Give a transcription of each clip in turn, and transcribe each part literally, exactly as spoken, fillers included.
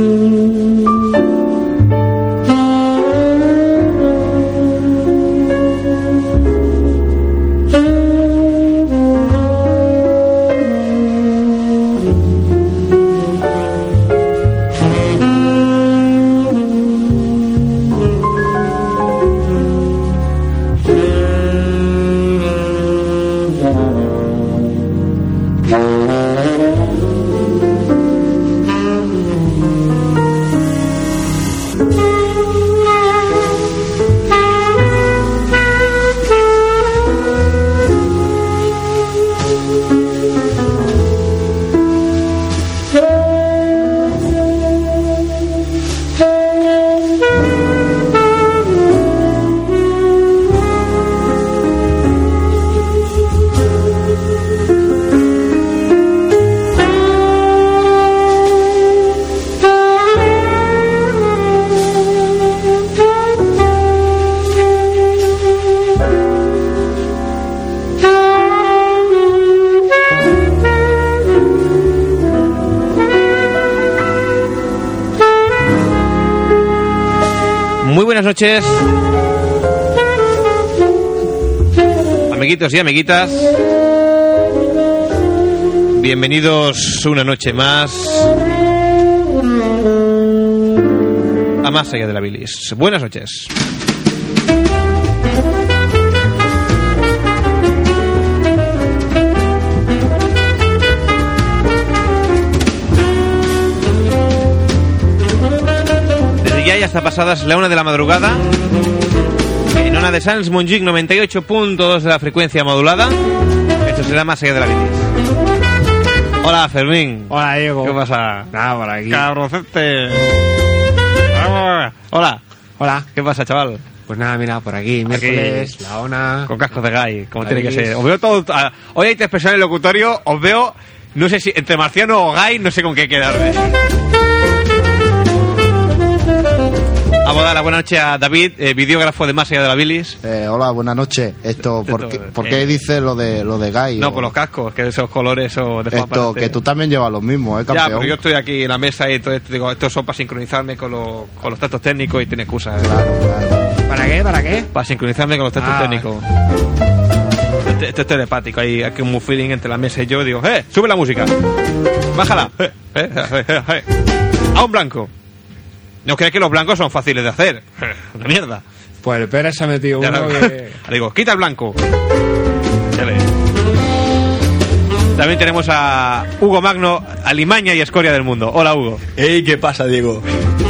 Buenas noches, amiguitos y amiguitas. Bienvenidos una noche más a Más allá de la bilis. Buenas noches. Ya, ya está pasadas la una de la madrugada en Ona de Sants Montjuïc noventa y ocho punto dos de la frecuencia modulada. Esto será Más allá de la bilis. Hola, Fermín. Hola, Diego. ¿Qué pasa? Nada, por aquí. Cabrocete. Hola. Hola. ¿Qué pasa, chaval? Pues nada, mira, por aquí, miércoles, aquí, la Ona. con cascos de gay, como Gay. tiene que ser. Os veo todo. Uh, hoy hay tres personas en el locutorio. Os veo, no sé si entre marciano o gay, no sé con qué quedarme. Vamos a dar la buena noche a David, eh, videógrafo de Más allá de la bilis. Eh, hola, buenas noches. Esto, ¿por Esto, qué, ¿por eh, qué dices lo de lo de gay? No, o... por los cascos, que esos colores o de Esto, que tú también llevas los mismos, ¿eh, campeón? Ya, pero yo estoy aquí en la mesa y todo esto, digo, estos son para sincronizarme con, los con los datos técnicos y tiene excusa. ¿eh? Claro, claro. ¿Para qué? ¿Para qué? Para sincronizarme con los datos Ah, técnicos. Esto, esto es telepático, hay aquí un feeling entre la mesa y yo. Digo, ¡eh! ¡Sube la música! ¡Bájala! ¡Eh! ¡Eh! ¡Eh! ¡Eh! eh. ¡A un blanco! No crees que los blancos son fáciles de hacer. ¡Una mierda! Pues el Pérez se ha metido Ya uno lo- que... Digo, quita el blanco. Ya ves. También tenemos a Hugo Magno, alimaña y escoria del mundo. Hola, Hugo. Ey, ¿qué pasa, Diego?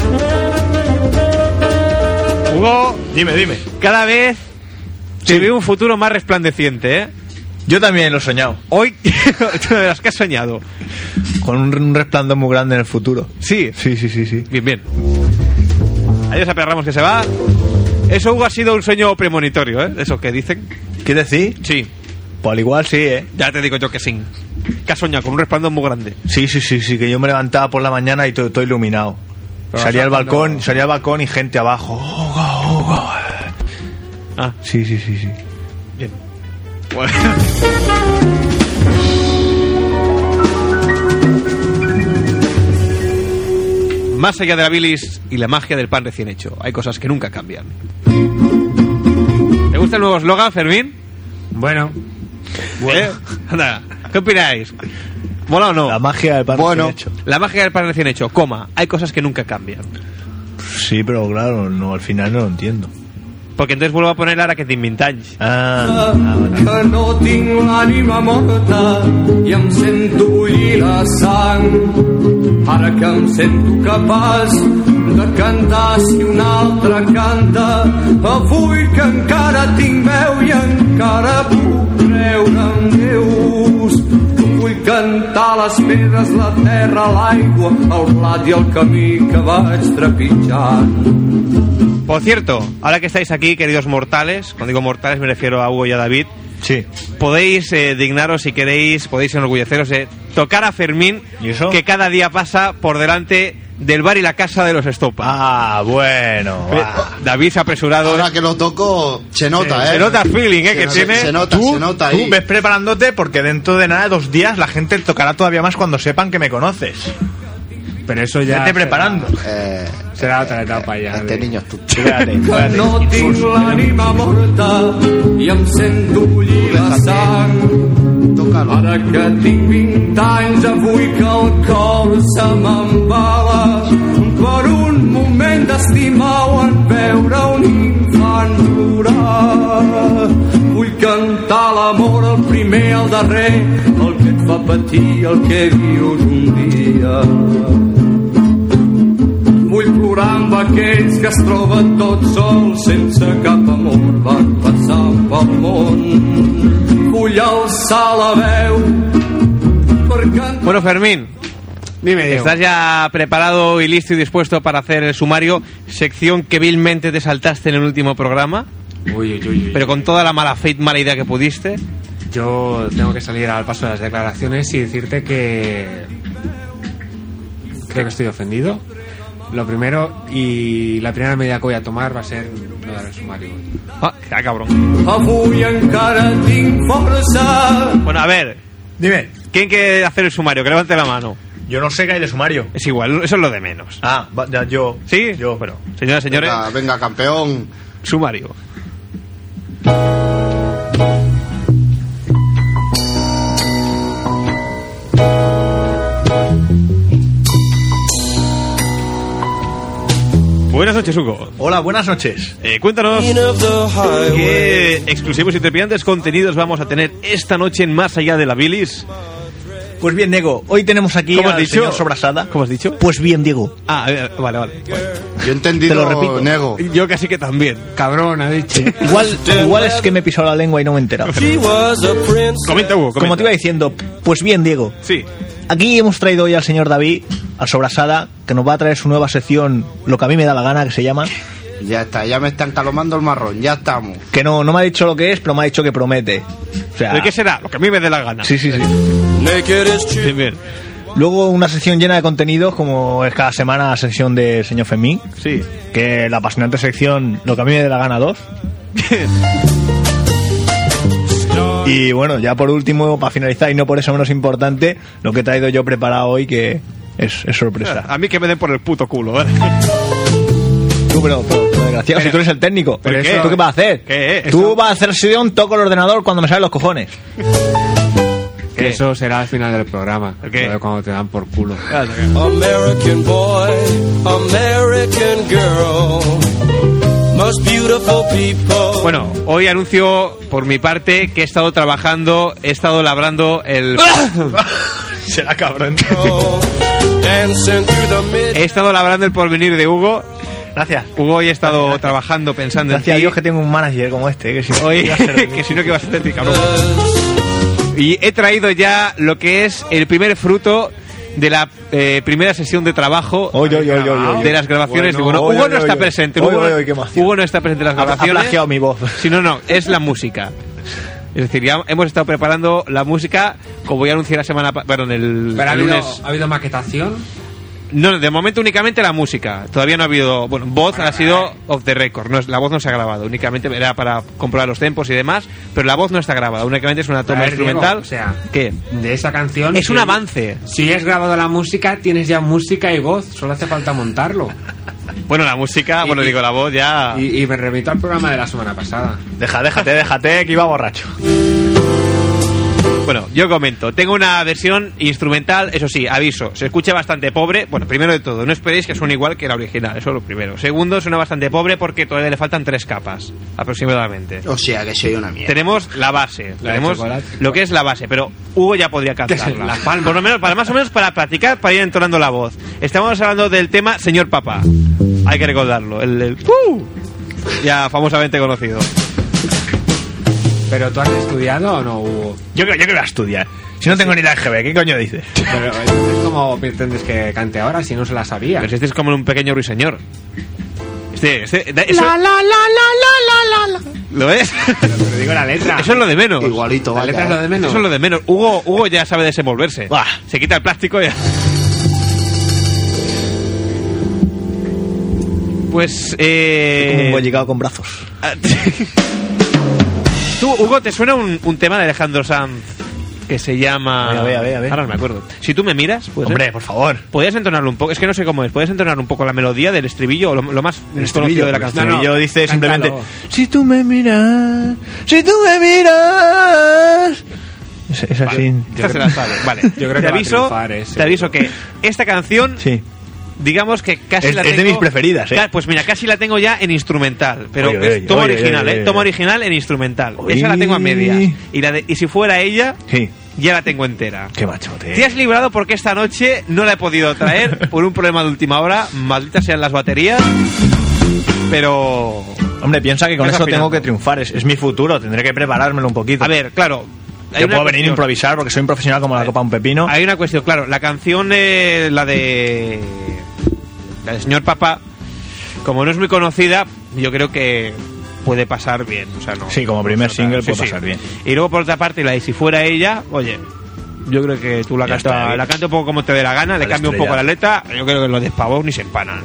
Hugo, Dime, dime. cada vez Sí. se ve un futuro más resplandeciente, ¿eh? Yo también lo he soñado. Hoy, de las que has soñado. Con un, un resplandor muy grande en el futuro. Sí, Sí, sí, sí, sí. bien, bien. Adiós a Pedro Ramos, que se va. Eso, Hugo, ha sido un sueño premonitorio, ¿eh? Eso que dicen. ¿Qué decís? Sí, Pues al igual sí, ¿eh? ya te digo yo que sí. Que has soñado con un resplandor muy grande. Sí, sí, sí, sí, que yo me levantaba por la mañana y todo, todo iluminado. Pero Salía al vas sacando- balcón, salía al balcón y gente abajo. Hugo, Hugo. Ah, Sí, sí, sí, sí. bien. Bueno. Más allá de la bilis y la magia del pan recién hecho, hay cosas que nunca cambian. ¿Te gusta el nuevo eslogan, Fermín? Bueno, ¿Eh? Anda, ¿qué opináis? ¿Mola o no? La magia del pan Bueno. recién hecho. La magia del pan recién hecho, coma, hay cosas que nunca cambian. Sí, pero claro, no, al final no lo entiendo. Porque entonces vuelvo a poner ara que tinc vint anys. Ah, que no tinc l'ànima morta i em sento bullir la sang. Ara que em sento capaç de cantar si un altre canta, avui que encara tinc veu i encara puc creure en Déus. Vull cantar les pedres, la terra, l'aigua, el blat i el camí que vaig trepitjant. Por cierto, ahora que estáis aquí, queridos mortales, cuando digo mortales me refiero a Hugo y a David, sí. podéis eh, dignaros, si queréis, podéis enorgulleceros de tocar a Fermín, ¿Y eso? que cada día pasa por delante del bar y la casa de los Estopa. Ah, bueno. Eh, ah. David se ha apresurado. Ahora que lo toco, se nota, Se ¿eh? nota el feeling, ¿eh? Se que no- tiene. Se nota, Tú, se nota tú ahí. ves preparándote porque dentro de nada, dos días, la gente tocará todavía más cuando sepan que me conoces. Pero eso ya... Vete preparando. Eh, Será otra etapa ya. Este de- niño es tu... Espérate, Que espérate. no tinc l'ànima morta i em sento bullir la sang. Tócalo. Ara que tinc vint anys, avui que el cor se m'embala per un moment d'estimar o en veure un infant plorar. Vull cantar l'amor, el primer, el darrer, el que et fa patir, el que vius un dia. Vull plorar amb aquells que es troben tots sols, sense cap amor, van passant pel món. Vull alçar la veu per cantar... Bueno, Fermín, Dime, Diego. ¿estás ya preparado y listo y dispuesto para hacer el sumario? Sección que vilmente te saltaste en el último programa, Uy, uy, uy, uy. pero con toda la mala fe y mala idea que pudiste. Yo tengo que salir al paso de las declaraciones y decirte que... Creo que estoy ofendido. Lo primero, y la primera medida que voy a tomar va a ser no dar el sumario. Ah, ah, cabrón. Avui encara tinc força. Bueno, a ver, Dime, ¿quién quiere hacer el sumario? Que levante la mano. yo no sé qué hay de sumario. Es igual, eso es lo de menos. Ah, va- ya, yo. ¿Sí? Yo. Bueno, señoras y señores, Venga, venga, campeón. sumario. Buenas noches, Hugo. Hola, buenas noches. Eh, cuéntanos qué exclusivos y trepidantes contenidos vamos a tener esta noche en Más Allá de la Bilis. Pues bien, Diego, hoy tenemos aquí ¿Cómo has al dicho? señor Sobrasada. ¿Cómo has dicho? Pues bien, Diego. Ah, eh, vale, vale. Yo he entendido, Te lo repito. nego. Yo casi que también. Cabrón, ha dicho. Igual, igual es que me he pisado la lengua y no me he enterado. Comenta, Hugo, comenta. Como te iba diciendo, pues bien, Diego. Sí. Aquí hemos traído hoy al señor David, al Sobrasada, que nos va a traer su nueva sección, lo que a mí me da la gana, que se llama... Ya está, ya me están calomando el marrón, ya estamos. Que no, no me ha dicho lo que es, pero me ha dicho que promete. O sea... ¿De qué será? Lo que a mí me dé la gana. Sí, sí, sí. Bien, bien. Luego una sección llena de contenidos, como es cada semana la sección de señor Fermín, Sí. que la apasionante sección Lo que a mí me dé la gana dos. Y bueno, ya por último, para finalizar y no por eso menos importante, lo que he traído yo preparado hoy, que es, es sorpresa. A mí que me den por el puto culo, ¿eh? Tú, pero, pero, pero desgraciado, si tú eres el técnico. ¿Pero qué? ¿Tú qué vas a hacer? ¿Qué? Tú Eso- vas a hacer sesión, toco el ordenador cuando me salen los cojones. ¿Qué? Eso será al final del programa. ¿El qué? Lo de cuando te dan por culo. American boy, American girl, most beautiful people. Bueno, hoy anuncio por mi parte que he estado trabajando, he estado labrando el... Será cabrón. Dancing through the mid. He estado labrando el porvenir de Hugo. Gracias. Hugo hoy he estado trabajando pensando Gracias a en ti. Dios que tengo un manager como este, que si no, Hoy, iba a ser de mí. que si no, que vas a hacer ti, cabrón. Y he traído ya lo que es el primer fruto de la eh, primera sesión de trabajo Oy, oy, oy, oy, oy. de las grabaciones. Bueno, de Hugo. oy, Hugo oy, no oy, está oy. presente. Oy, Hugo, oy, oy, qué emoción. Hugo no está presente en las Ha- ha grabaciones. plagiado mi voz. Si no, no, es la música. Es decir, ya hemos estado preparando la música, como ya anuncié la semana pa- bueno, en el, Pero ha el habido, lunes. ha habido maquetación. No, de momento únicamente la música. Todavía no ha habido... Bueno, voz ha sido off the record. No es, la voz no se ha grabado. Únicamente era para comprobar los tempos y demás. Pero la voz no está grabada. Únicamente es una A toma ver, Diego, instrumental. o sea, ¿Qué? de esa canción. Es si- un avance. Si has grabado la música, tienes ya música y voz. Solo hace falta montarlo. Bueno, la música... Y- bueno, digo, la voz ya... Y, y me remito al programa de la semana pasada. Deja, déjate, déjate, que iba borracho. Bueno, yo comento. Tengo una versión instrumental, eso sí, aviso. Se escucha bastante pobre. Bueno, primero de todo, no esperéis que suene igual que la original. Eso es lo primero. Segundo, suena bastante pobre porque todavía le faltan tres capas, aproximadamente. O sea que soy una mierda. Tenemos la base, La de tenemos chocolate. lo que es la base, pero Hugo ya podría cantarla. La palma. Por lo menos, para más o menos para practicar, para ir entonando la voz. Estamos hablando del tema Señor Papá. Hay que recordarlo, el, el ¡uh! Ya famosamente conocido. ¿Pero tú has estudiado o no, Hugo? Yo, creo- yo que voy a estudiar. Si no tengo ni la G B, ¿qué coño dices? Pero entonces, ¿cómo pretendes que cante ahora si no se la sabía? Pero si este es como un pequeño ruiseñor. Este, este, da- eso- La, la, la, la, la, la, la. ¿Lo ves? Pero digo la letra. Eso es lo de menos. Igualito, La vaya. letra es lo de menos. Eso es lo de menos. Hugo, Hugo ya sabe desenvolverse. Buah. Se quita el plástico y ya. Pues, eh... Como un bollicao con brazos. Tú, Hugo, ¿te suena un, un tema de Alejandro Sanz que se llama... A ver, a ver, a ver. Ahora no me acuerdo. Si tú me miras, pues Hombre, por favor. podías entonarlo un poco. Es que no sé cómo es. Podías entonar un poco la melodía del estribillo, o lo, lo más El conocido de la pues, canción. no, no, yo dice cántalo. simplemente: si tú me miras, si tú me miras. Es, es así. Esta se la sabe. Vale. Yo creo te que va a aviso, triunfar ese. te aviso que esta canción, Sí. digamos que casi Es- la es de tengo... mis preferidas, ¿eh? Ca- Pues mira, casi la tengo ya en instrumental. Pero Oye, oye, es toma oye, original, oye, ¿eh? oye. Toma original en instrumental. Oye. Esa la tengo a medias. Y, la de, y si fuera ella, Sí. ya la tengo entera. Qué machote. Te has librado porque esta noche no la he podido traer por un problema de última hora. Malditas sean las baterías. Pero... Hombre, piensa que con Ves eso afinando. tengo que triunfar. Es, es mi futuro. Tendré que preparármelo un poquito. A ver, claro. hay Yo una puedo venir a cuestión. improvisar porque soy un profesional como la copa de un pepino. Hay una cuestión, claro. La canción, eh, la de... La de Señor Papá, como no es muy conocida, yo creo que puede pasar bien. O sea, no, Sí, como no primer se nota. single Sí, puede sí. pasar bien. Y luego, por otra parte, la de Si fuera ella, oye... Yo creo que tú la Ya está canta, bien. la canta un poco como te dé la gana, le Al cambia un poco la estrellado. letra. Yo creo que los de pavos ni se empanan.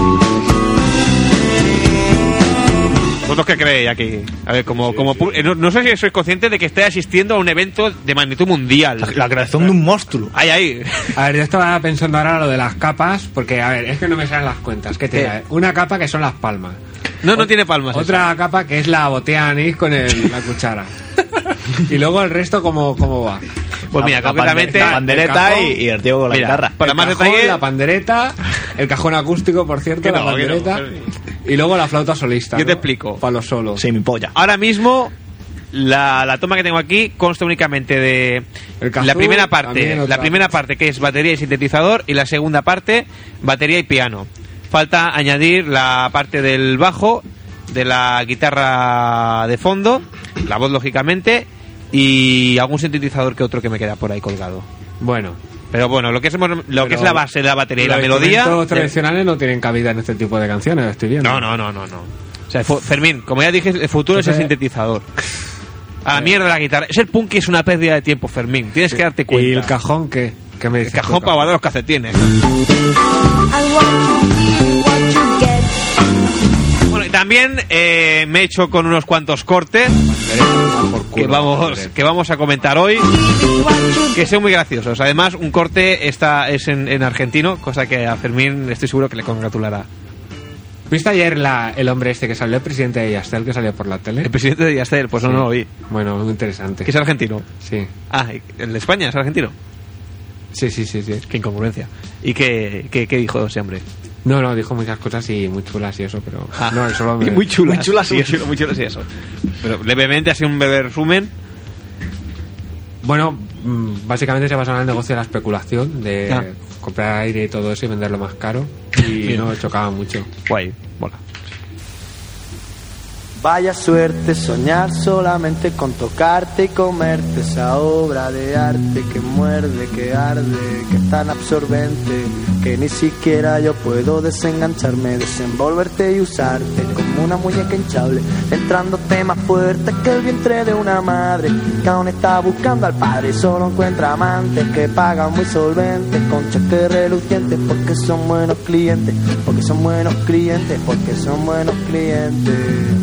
¿Vosotros qué creéis aquí? A ver, como, como pu- eh, no, no sé si sois conscientes de que estoy asistiendo a un evento de magnitud mundial. La, la creación de un monstruo. Ahí, ahí. A ver, yo estaba pensando ahora lo de las capas, porque, a ver, es que no me salen las cuentas. ¿Qué tiene? ¿Qué? Una capa que son las palmas. No, no tiene palmas. Otra capa que es la botella de anís con el- la cuchara. Y luego el resto, ¿cómo, cómo va? esa. Pues mira, La concretamente... pande- la pandereta el cajón. y, y el tío con la Mira, guitarra. para El más cajón, detalle... la pandereta, el cajón acústico, por cierto, Que la no, que no, pandereta, que y luego la flauta solista. Yo ¿no? te explico. Para los solos. Sí, mi polla. Ahora mismo, la, la toma que tengo aquí consta únicamente de El cajón, la primera también parte, otra la primera parte que es batería y sintetizador, y la segunda parte, batería y piano. Falta añadir la parte del bajo, de la guitarra de fondo, la voz lógicamente, y algún sintetizador que otro que me queda por ahí colgado. Bueno. Pero bueno, lo que es, lo Pero que es la base de la batería y la los melodía... instrumentos tradicionales no tienen cabida en este tipo de canciones, estoy viendo. No, no, no, no, no. O sea, fu- Fermín, como ya dije, el futuro es el Entonces- sintetizador. A la mierda la guitarra. Ser punk es una pérdida de tiempo, Fermín. Tienes que darte cuenta. ¿Y el cajón qué? ¿Qué me El dices? cajón tú, para guardar los calcetines. Bueno, y también eh, me he hecho con unos cuantos cortes Por culo, que vamos, joder. que vamos a comentar hoy, que son muy graciosos. Además, un corte está, es en, en argentino, cosa que a Fermín estoy seguro que le congratulará. ¿Viste ayer la, el hombre este que salió, el presidente de Yastel, que salió por la tele? El presidente de Yastel, pues no, Sí. no lo oí. Bueno, muy interesante. Que es argentino. Sí. Ah, ¿el de España es argentino? Sí, sí, sí, sí. Qué incongruencia. ¿Y qué, qué, qué dijo ese hombre? No, no, dijo muchas cosas y muy chulas y eso, pero... Ah, no, solo me... y muy chulas. muy chulas y muy eso. chulas, muy chulas y eso. Pero levemente, así un breve resumen. Bueno, mm, básicamente se basa en el negocio de la especulación, de Ah. comprar aire y todo eso y venderlo más caro. Y Bien. no chocaba mucho. Guay, mola. Vaya suerte soñar solamente con tocarte y comerte esa obra de arte que muerde, que arde, que es tan absorbente que ni siquiera yo puedo desengancharme, desenvolverte y usarte como una muñeca hinchable, entrándote más fuerte que el vientre de una madre que aún está buscando al padre y solo encuentra amantes que pagan muy solventes con cheques relucientes porque son buenos clientes, porque son buenos clientes, porque son buenos clientes.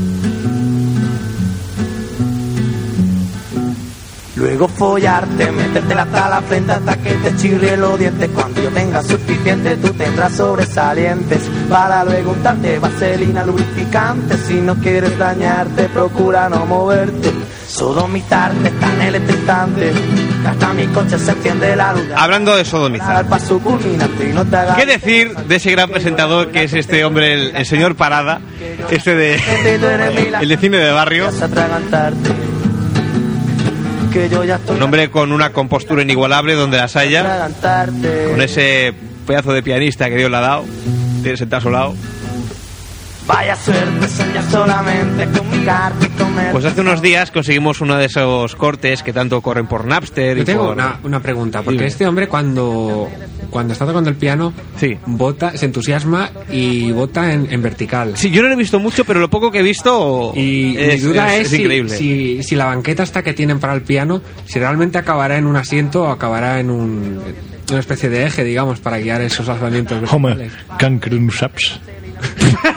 Luego follarte, metértela hasta la frente hasta que te chirrie los dientes. Cuando yo tenga suficiente, tú tendrás sobresalientes. Para luego untarte vaselina lubrificante. Si no quieres dañarte, procura no moverte. Sodomitarte tan electrizante que hasta mi coche se enciende la luz. Hablando de sodomizar. Al paso culminante y no te hagas... ¿Qué decir de ese gran presentador que es este hombre, el, el señor Parada? Este de... El de cine de barrio. Vas a atragantarte. Que yo ya estoy Un hombre con una compostura inigualable donde las haya. atragantarte. Con ese pedazo de pianista que Dios le ha dado. Tiene sentado a su lado. Vaya suerte soñar solamente con mi carne y comer. Pues hace unos días conseguimos uno de esos cortes que tanto corren por Napster y Yo tengo por... una, una pregunta, porque Dime. este hombre cuando, cuando está tocando el piano, Sí. vota, se entusiasma y vota en, en vertical. Sí, yo no lo he visto mucho, pero lo poco que he visto Y es, mi duda es- es, es si, increíble. si, si la banqueta esta que tienen para el piano, si realmente acabará en un asiento o acabará en un, una especie de eje, digamos, para guiar esos lanzamientos Homer, verticales. cancrum saps.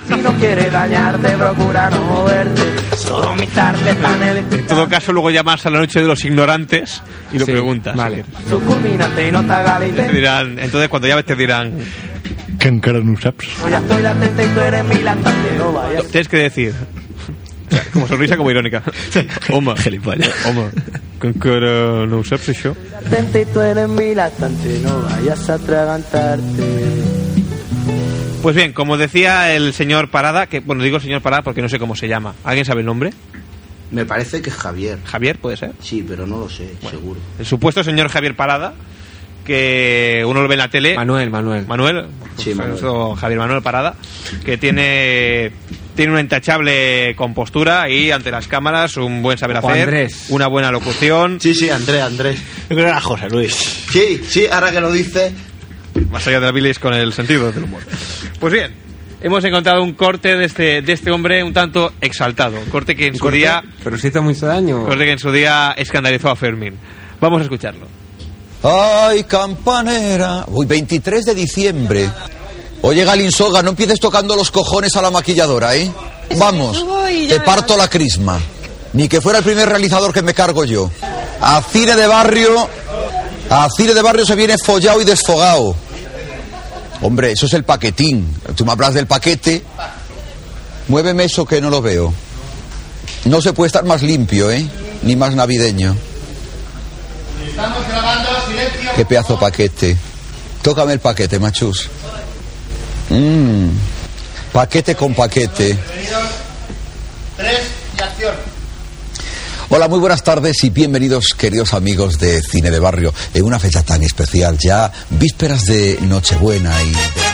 Si no quieres dañarte, procura no moverte. Solo mis tardes están en el... En todo caso, luego llamas a la noche de los ignorantes y lo Sí, preguntas. vale. Su culminante y no te hagas Te dirán, entonces cuando llames te dirán, Que encara no saps. ya estoy latente y tú eres mi lactante. No vayas. tienes que decir, como sonrisa como irónica. Home, Gilipollas. home, que encara no ho saps això? Latente y tú eres mi lactante. No vayas a atragantarte. Pues bien, como decía el señor Parada, que bueno, digo señor Parada porque no sé cómo se llama. ¿Alguien sabe el nombre? Me parece que es Javier. Javier, puede ser. Sí, pero no lo sé, seguro. El supuesto señor Javier Parada, que uno lo ve en la tele. Manuel, Manuel. Manuel, Sí, Manuel. eso, Javier Manuel Parada, que tiene tiene una intachable compostura y ante las cámaras un buen saber O hacer, Andrés. una buena locución, Sí, sí, Andrés, Andrés. Yo creo que era José Luis. Sí, sí, ahora que lo dices. más allá de la bilis con el sentido del humor. Pues bien, hemos encontrado un corte de este de este hombre un tanto exaltado, un corte que en su día Pero se hizo mucho daño. corte que en su día escandalizó a Fermín. Vamos a escucharlo. Ay, campanera. Uy, veintitrés de diciembre. Oye, Galinsoga, no empieces tocando los cojones a la maquilladora, ¿eh? Vamos, te parto la crisma. Ni que fuera el primer realizador que me cargo yo. A cine de barrio, a cine de barrio se viene follado y desfogado. Hombre, eso es el paquetín. Tú me hablas del paquete. Muéveme eso que no lo veo. No se puede estar más limpio, ¿eh? Ni más navideño. Estamos grabando, silencio. Qué pedazo de paquete. Tócame el paquete, machus. Mmm. Paquete con paquete. Tres y acción. Hola, muy buenas tardes y bienvenidos, queridos amigos de Cine de Barrio, en una fecha tan especial, ya vísperas de Nochebuena y...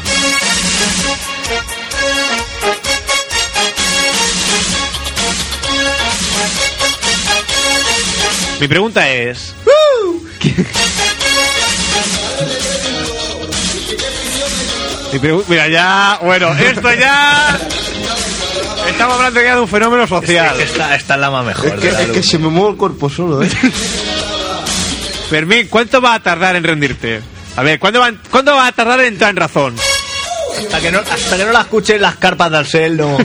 Mi pregunta es... Mi pregu- Mira, ya... Bueno, esto ya... Estamos hablando ya de un fenómeno social. Esta, esta es la más mejor. Es que, de la es que luz. se me mueve el cuerpo solo, ¿eh? Fermín, ¿cuánto va a tardar en rendirte? A ver, ¿cuándo va, ¿cuándo va a tardar en entrar en razón? Hasta que no, hasta que no la escuchen las carpas del Sel, no.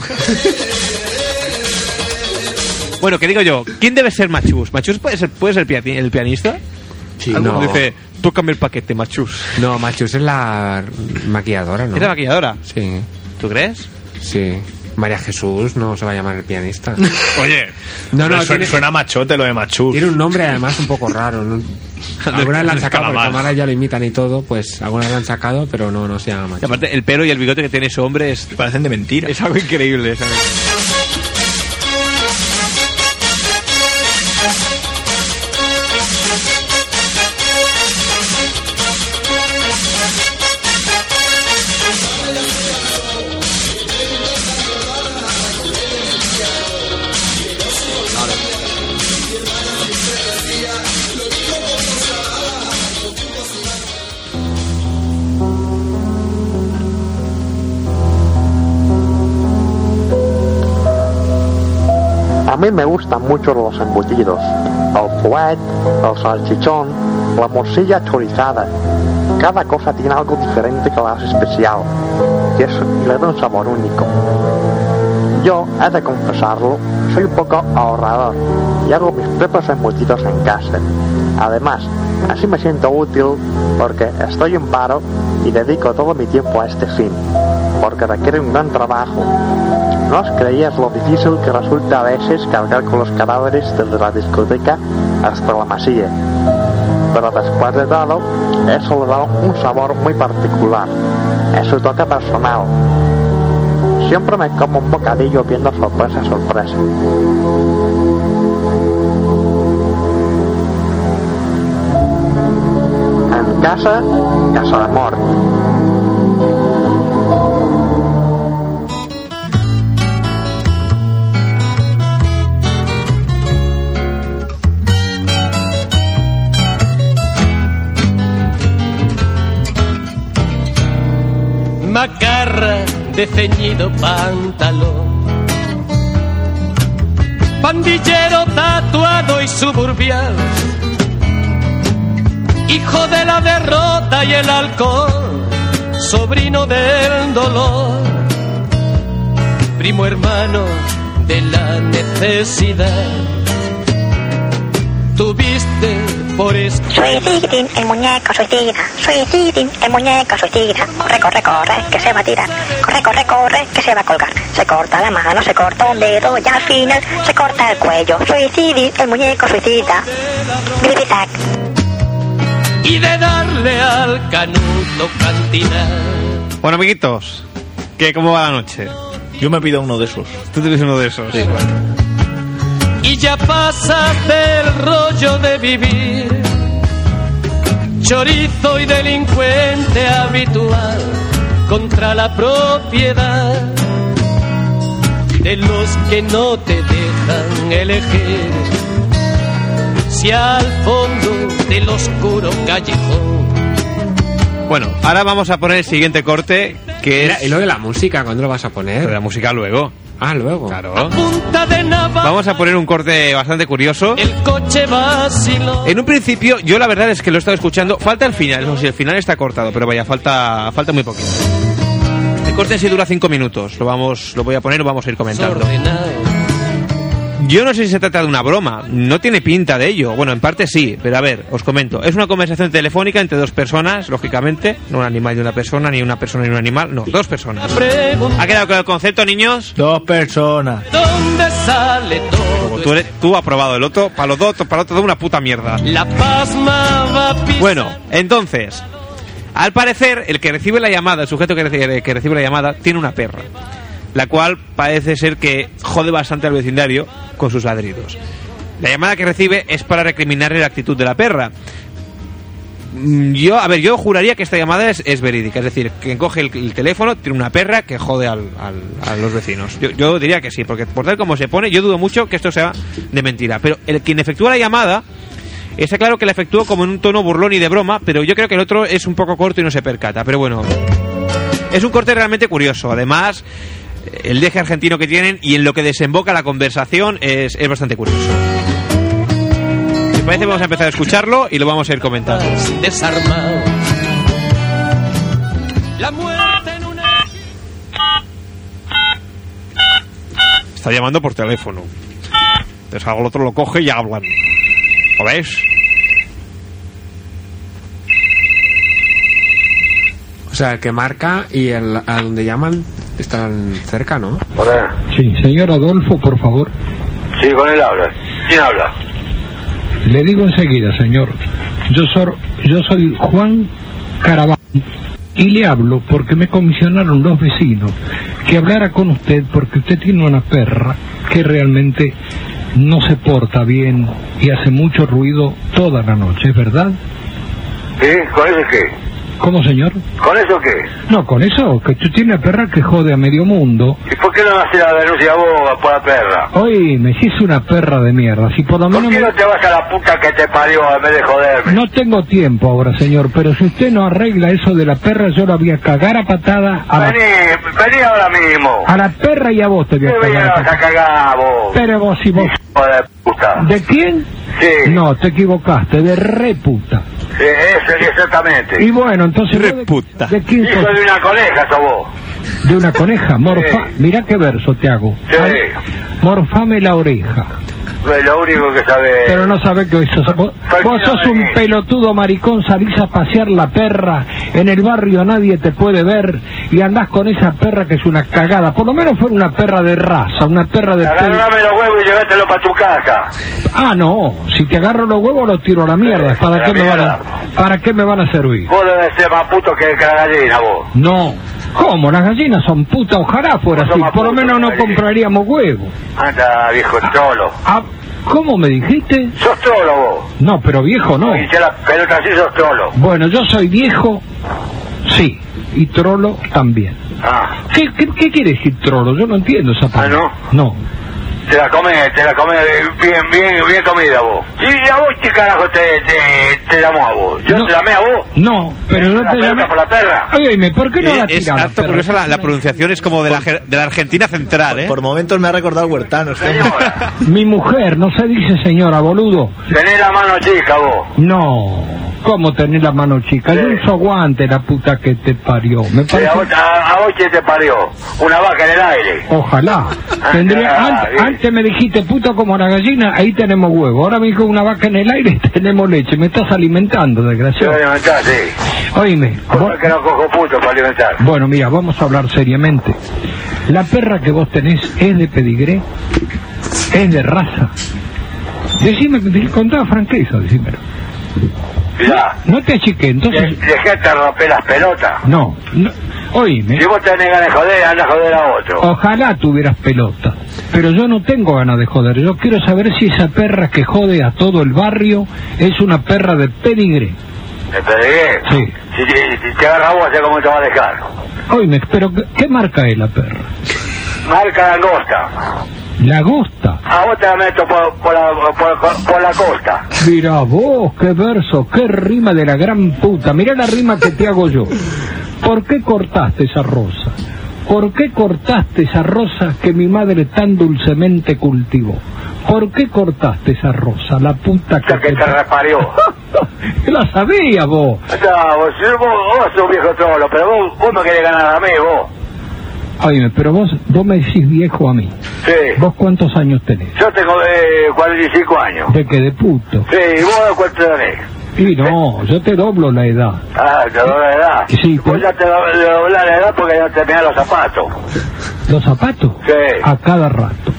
Bueno, ¿qué digo yo? ¿Quién debe ser Machus? ¿Machus puede ser, puede ser piati- el pianista? Sí, Alguno no. dice, tócame el paquete, Machus. No, Machus es la maquilladora, ¿no? ¿Era maquilladora? Sí, ¿Tú crees? sí. María Jesús no se va a llamar el pianista. Oye, No, no, suena, tiene, suena machote lo de Machus. tiene un nombre además un poco raro, ¿no? Algunas la han sacado, porque Calamar. cámaras ya lo imitan y todo, pues algunas la han sacado, pero no, no se llama y Machus. aparte el pelo y el bigote que tiene ese hombre es, Parecen de mentira. es algo increíble, ¿sabes? A mí me gustan mucho los embutidos, el fuet, el salchichón, la morcilla chorizada. Cada cosa tiene algo diferente que la hace especial y, es, y le da un sabor único. Yo, he de confesarlo, soy un poco ahorrador y hago mis propios embutidos en casa. Además, así me siento útil porque estoy en paro y dedico todo mi tiempo a este fin, porque requiere un gran trabajo. ¿No os creíais lo difícil que resulta a veces cargar con los cadáveres desde la discoteca hasta la masía? Pero después de todo, eso le da un sabor muy particular. Es su toque personal. Siempre me como un bocadillo viendo sorpresa, sorpresa. En casa, casa de amor. Macarra de ceñido pantalón, pandillero tatuado y suburbial, hijo de la derrota y el alcohol, sobrino del dolor, primo hermano de la necesidad. Tuviste por eso. Soy Tigrin, el muñeco suicida. Soy Tigrin, el muñeco suicida. Corre, corre, corre, que se va a tirar. Corre, corre, corre, que se va a colgar. Se corta la mano, se corta un dedo y al final se corta el cuello. Soy Tigrin, el muñeco suicida. Gritac. Y de darle al canuto cantina. Bueno, amiguitos, ¿qué, ¿cómo va la noche? Yo me pido uno de esos. Tú te pides uno de esos. Sí. Y ya pasa del rollo de vivir chorizo y delincuente habitual contra la propiedad de los que no te dejan elegir si al fondo del oscuro callejón. Bueno, ahora vamos a poner el siguiente corte, que Mira, es... ¿y lo de la música? ¿Cuándo lo vas a poner? La música luego. Ah, luego. Claro. Punta de navaja. Vamos a poner un corte bastante curioso. El coche vaciló. En un principio, yo la verdad es que lo he estado escuchando. Falta el final, eso sí, el final está cortado, pero vaya, falta falta muy poquito. El corte en sí dura cinco minutos. Lo vamos, lo voy a poner y lo vamos a ir comentando. Yo no sé si se trata de una broma, no tiene pinta de ello. Bueno, en parte sí, pero a ver, os comento. Es una conversación telefónica entre dos personas, lógicamente. No un animal y una persona, ni una persona y un animal. No, dos personas. ¿Ha quedado claro el concepto, niños? Dos personas. ¿Dónde sale todo? Como tú, eres, tú has probado el otro, para los dos, para el otro, una puta mierda. La pasma va a pisar. Bueno, entonces, al parecer, el que recibe la llamada, el sujeto que recibe, que recibe la llamada, tiene una perra, la cual parece ser que jode bastante al vecindario con sus ladridos. La llamada que recibe es para recriminarle la actitud de la perra. Yo, a ver, yo juraría que esta llamada es, es verídica, es decir, quien coge el, el teléfono tiene una perra que jode al, al, a los vecinos. Yo, yo diría que sí, porque por tal como se pone, yo dudo mucho que esto sea de mentira. Pero el quien efectúa la llamada, está claro que la efectuó como en un tono burlón y de broma, pero yo creo que el otro es un poco corto y no se percata. Pero bueno, es un corte realmente curioso. Además, el deje argentino que tienen y en lo que desemboca la conversación es, es bastante curioso. Si parece, vamos a empezar a escucharlo y lo vamos a ir comentando. Desarmado. La muerte en una... Está llamando por teléfono. Entonces algo el otro lo coge y hablan. ¿Lo ves? O sea, el que marca y el a donde llaman están cerca, ¿no? Hola. Sí, señor Adolfo, por favor. Sí, con él habla. ¿Quién habla? Le digo enseguida, señor. Yo soy, yo soy Juan Caraballo y le hablo porque me comisionaron los vecinos que hablara con usted porque usted tiene una perra que realmente no se porta bien y hace mucho ruido toda la noche, ¿es verdad? ¿Sí? ¿Con eso qué? ¿Cómo, señor? ¿Con eso qué? No, con eso, que tú tienes una perra que jode a medio mundo. ¿Y por qué no haces la denuncia vos por la perra? Oye, si es una perra de mierda, si por lo menos... ¿Por qué me... no te vas a la puta que te parió en vez de joderme? No tengo tiempo ahora, señor, pero si usted no arregla eso de la perra, yo la voy a cagar a patada a Vení, la... vení ahora mismo. A la perra y a vos te voy a ¿Qué cagar me a vas a patada. cagar vos? Pero vos y vos... Hijo de puta. ¿De quién? Sí. No, te equivocaste, de reputa. Sí, eso, exactamente. Y bueno, entonces... Reputa. ¿De quién Hijo sos? de una coneja sos vos. De una coneja, morfa... Sí. Mirá qué verso te hago. Sí. Morfame la oreja. Es lo único que sabes. Pero no sabés que eso... Vos, vos sos un pelotudo maricón, salís a pasear la perra, en el barrio nadie te puede ver, y andás con esa perra que es una cagada. Por lo menos fue una perra de raza, una perra de... Agarrame los huevos y llévatelo para tu casa. Ah, no, si te agarro los huevos los tiro a la mierda. ¿Para la qué me van mierda. a, para qué me van a servir? Vos debes ser más puto que, que la gallina, vos. No. ¿Cómo? Las gallinas son putas, ojalá fuera Vos así. sos más Por lo puto menos que no la gallina. compraríamos huevos. Anda, viejo trolo. Ah, ¿cómo me dijiste? Sos trolo vos. No, pero viejo no. Y si la pelota así sos trolo. Bueno, yo soy viejo, sí, y trolo también. Ah. ¿Qué, qué, qué quiere decir trolo? Yo no entiendo esa palabra. ¿Ah, no? Te la comes, te la comes bien, bien, bien comida vos. ¿Y a vos qué carajo te, te, te llamó a vos? ¿Yo No. te llamé a vos? No, pero no ¿La te pelota llamé... por la perra? Óyeme, ¿por qué no la Eh, es tiras? la harto perra? curiosa la, la pronunciación, es como de la, de la Argentina central, ¿eh? Por momentos me ha recordado Huertano. Señora, Mi mujer, no se dice señora, boludo. tenés la mano chica vos. No, ¿cómo tenés la mano chica? Sí. Yo uso guante, la puta que te parió. Me Sí, parece... a, vos, a, a vos que te parió. una vaca en el aire. Ojalá. Tendría, Ah, antes, bien. antes me dijiste puto como la gallina, ahí tenemos huevo. Ahora me dijo una vaca en el aire, tenemos leche. Me estás alimentando, Te desgraciado. voy a alimentar, sí. Oíme. Cosa vos- que no cojo puto para alimentar. Bueno, mira, vamos a hablar seriamente. ¿La perra que vos tenés es de pedigré? ¿Es de raza? Decime, con toda franqueza, decímelo. Mirá, No te achiques, entonces... de- dejate romper las pelotas. No, no. Oíme. Si vos tenés ganas de joder, anda a joder a otro. Ojalá tuvieras pelota, pero yo no tengo ganas de joder. Yo quiero saber si esa perra que jode a todo el barrio es una perra de pedigré. ¿Me pegué? Sí. Si, si, si te agarra vos, sé cómo te va a dejar. Oíme, pero ¿qué, qué marca es la perra? Marca langosta. Lagosta. A vos te la meto por, por, la, por, por la costa. Mira vos, qué verso, qué rima de la gran puta. Mirá la rima que te hago yo. ¿Por qué cortaste esa rosa? ¿Por qué cortaste esa rosa que mi madre tan dulcemente cultivó? ¿Por qué cortaste esa rosa, la puta que, Que te reparió. La sabía vos. No, vos, vos, vos sos un viejo trolo, pero vos, vos me querés ganar a mí, vos. Oye, pero vos, vos me decís viejo a mí. Sí. ¿Vos cuántos años tenés? Yo tengo eh, cuarenta y cinco años. ¿De qué? ¿De puto? Sí, ¿y vos de cuánto tenés? Y no, yo te doblo la edad. Ah, te doy la edad. Sí, Vos te- ya te doy la edad porque ya te miras los zapatos. ¿Los zapatos? Sí. A cada rato.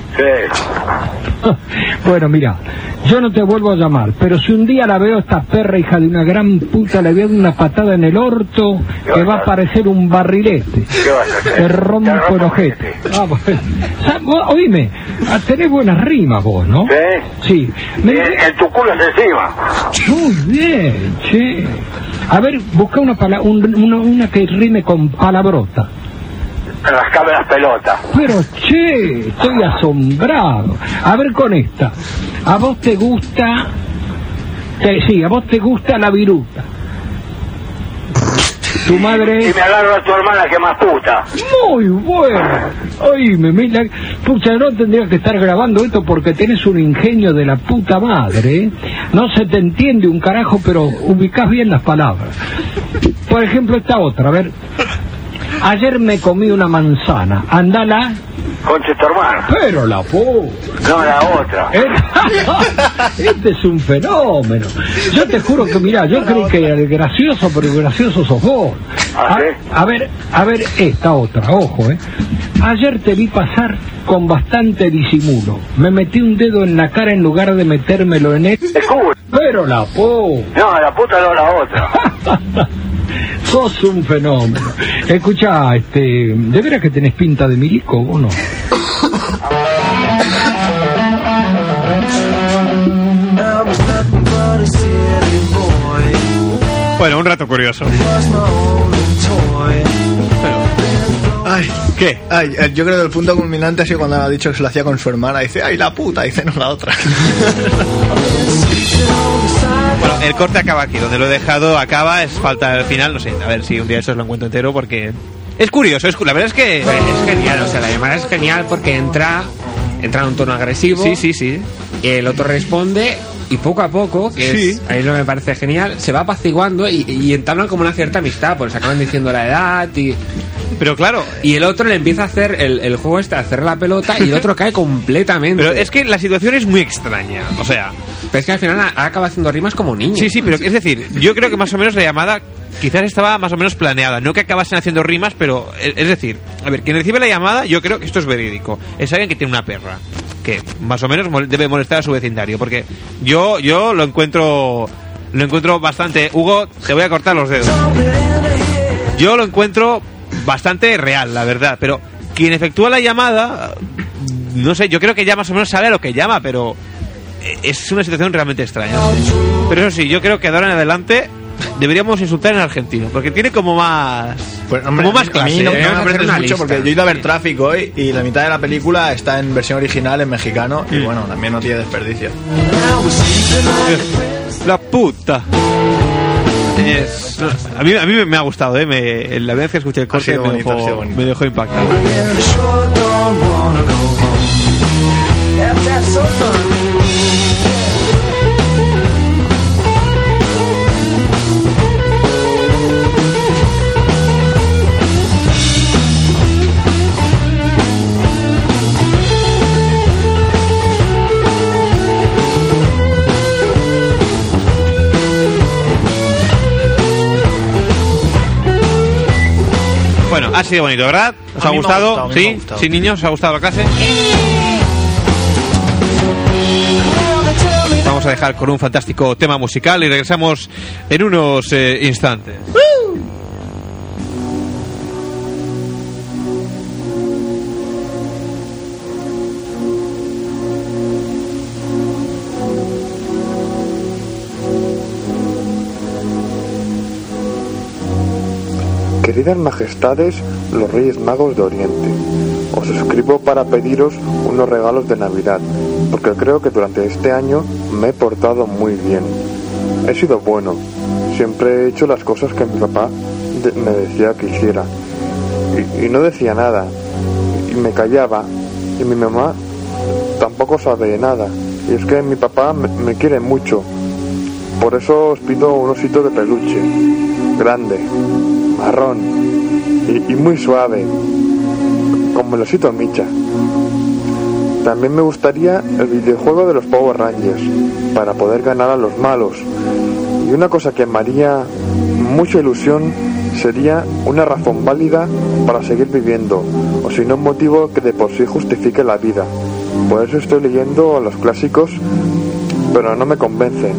Sí. Bueno, mira, yo no te vuelvo a llamar, pero si un día la veo esta perra hija de una gran puta, le voy a dar una patada en el orto que va a parecer un barrilete. ¿Qué vas a hacer? Te rompo el ojete. Ah, bueno. Sa- vos, oíme, ah, tenés buenas rimas vos, ¿no? ¿Sí? Sí. Me- En, en tu culo es encima. Muy bien, che. A ver, busca una, pala- un- una, una que rime con palabrota. Rascame las pelotas. Pero, che, estoy asombrado. A ver con esta. ¿A vos te gusta...? te- sí, a vos te gusta la viruta. Tu madre... Y me agarro a tu hermana que más puta. Muy bueno. Oíme, mira, pucha, no tendría que estar grabando esto porque tenés un ingenio de la puta madre, ¿eh? No se te entiende un carajo, pero ubicás bien las palabras. Por ejemplo, esta otra, a ver. Ayer me comí una manzana. Andala. Conche tu hermana. Pero la puta. No, la otra. Este es un fenómeno. Yo te juro que, mirá, yo creí que era el gracioso, pero el gracioso sos vos. ¿Ah, sí? A, a ver, a ver esta otra, ojo, ¿eh? Ayer te vi pasar con bastante disimulo. Me metí un dedo en la cara en lugar de metérmelo en él. El culo. Pero la puta. No, la puta no, la otra. Sos un fenómeno. Escucha, este, ¿de veras que tenés pinta de milico o no? Bueno, un rato curioso. Ay, ¿qué? Ay, eh, yo creo que el punto culminante ha sido cuando ha dicho que se lo hacía con su hermana. Dice, ay, la puta, dice, no la otra. Bueno, el corte acaba aquí, donde lo he dejado acaba, es falta el final, no sé, a ver si un día eso os lo encuentro entero porque es curioso, es, cu- la verdad es que... Es genial, o sea, la llamada es genial porque entra, entra en un tono agresivo. Sí, sí, sí. Y el otro responde y poco a poco, que Sí. es, ahí es lo que me parece genial, se va apaciguando y, y entablan como una cierta amistad, porque se acaban diciendo la edad y... Pero claro... Y el otro le empieza a hacer el, el juego este, a hacer la pelota y el otro cae completamente. Pero es que la situación es muy extraña, o sea... Pero es que al final a- acaba haciendo rimas como niño. Sí, sí, pero es decir, yo creo que más o menos la llamada quizás estaba más o menos planeada, no que acabasen haciendo rimas, pero es es decir, a ver, quien recibe la llamada, yo creo que esto es verídico, es alguien que tiene una perra, que más o menos mol- debe molestar a su vecindario, porque yo yo lo encuentro lo encuentro bastante, Hugo, te voy a cortar los dedos. Yo lo encuentro bastante real, la verdad, pero quien efectúa la llamada, no sé, yo creo que ya más o menos sabe a lo que llama, pero es una situación realmente extraña. Pero eso sí, yo creo que de ahora en adelante deberíamos insultar en argentino, porque tiene como más... Pues, hombre, como más a mí clase. no, ¿eh? no me Vamos a hacer aprendes una mucho lista. porque yo he ido a ver Tráfico hoy y la mitad de la película está en versión original en mexicano y bueno, también no tiene desperdicio. La puta. Es- a mí, a mí me ha gustado, ¿eh? Me, la vez que escuché el corte sido me, bonito, ha sido dejó, bonito. me dejó impactado. Ha sido bonito, ¿verdad? ¿Os A ha mí me ha gustado? gustado, a mí me ¿Sí? ha gustado. ¿Sí, niños? ¿Os ha gustado la clase? Vamos a dejar con un fantástico tema musical y regresamos en unos eh, instantes. Queridas majestades, los Reyes Magos de Oriente, os escribo para pediros unos regalos de Navidad, porque creo que durante este año me he portado muy bien. He sido bueno, siempre he hecho las cosas que mi papá de- me decía que hiciera, y, y no decía nada, y me callaba, y mi mamá tampoco sabe nada, y es que mi papá me, me quiere mucho. Por eso os pido un osito de peluche, grande, marrón y, y muy suave, como el osito Micha. También me gustaría el videojuego de los Power Rangers, para poder ganar a los malos. Y una cosa que me haría mucha ilusión sería una razón válida para seguir viviendo, o si no un motivo que de por sí justifique la vida. Por eso estoy leyendo los clásicos, pero no me convence.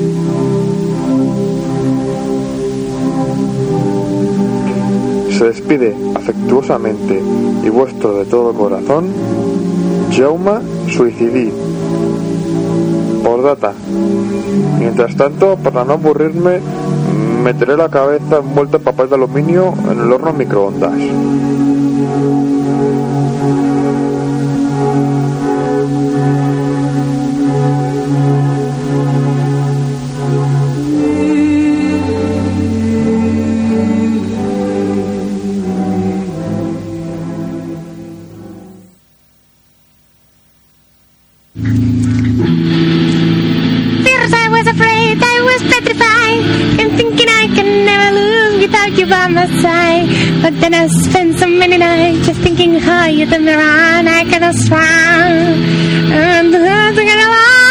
Se despide afectuosamente y vuestro de todo corazón, Jaume Suïcidí. Postdata. Mientras tanto, para no aburrirme, meteré la cabeza envuelta en papel de aluminio en el horno microondas. First I was afraid, I was petrified, and thinking I can never lose without you by my side. But then I spent so many nights just thinking how you turned me around. I could have sworn, and the get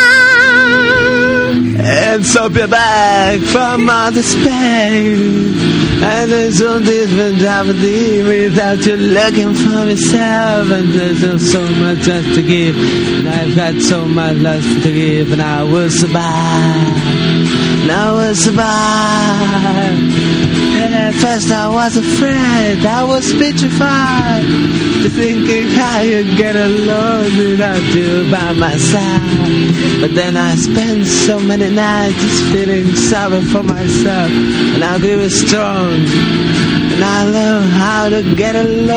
along. And so be back from outer space. And there's all different happening without you looking for yourself. And there's so much left to give. And I've had so much left to give. And I will survive. And I will survive. And at first I was afraid. I was petrified. To thinking how you'd get along without you by my side. But then I spent so many nights just feeling sorry for myself. And I grew strong. And I learned how to get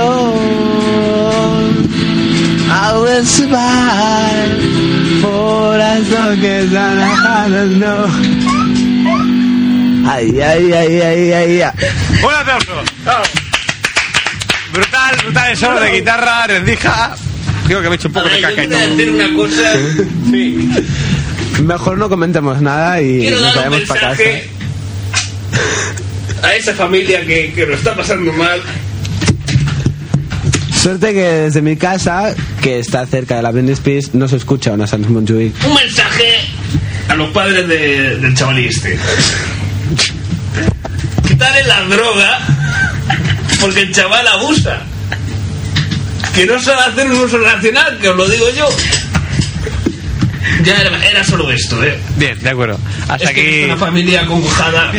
along. I will survive for as long as I don't know. Ay, ay, ay, ay, ay, ay. Un aplauso. Bravo. Brutal, brutal el solo de guitarra, rendija. Creo que me he hecho un poco de caca y todo. Decir una cosa. Sí. Mejor no comentemos nada y Quiero nos dar un vayamos para casa. mensaje a esa familia que, que lo está pasando mal. Suerte que desde mi casa, que está cerca de la Bendis no se escucha una Sans Montjuïc. Un mensaje a los padres de, del chaval este. Quitarle la droga porque el chaval abusa. Que no sabe hacer un uso racional, que os lo digo yo. Ya era, era solo esto, ¿eh? Bien, de acuerdo. Hasta es aquí. Que es una familia conjugada.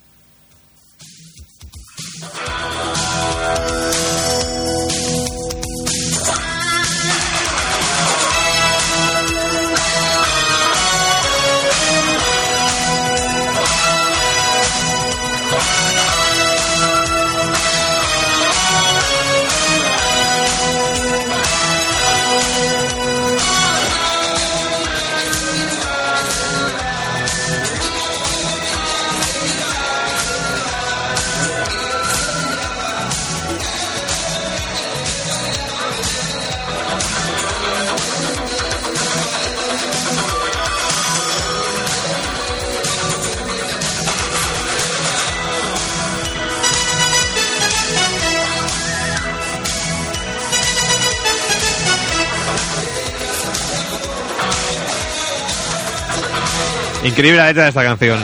Increíble la letra de esta canción.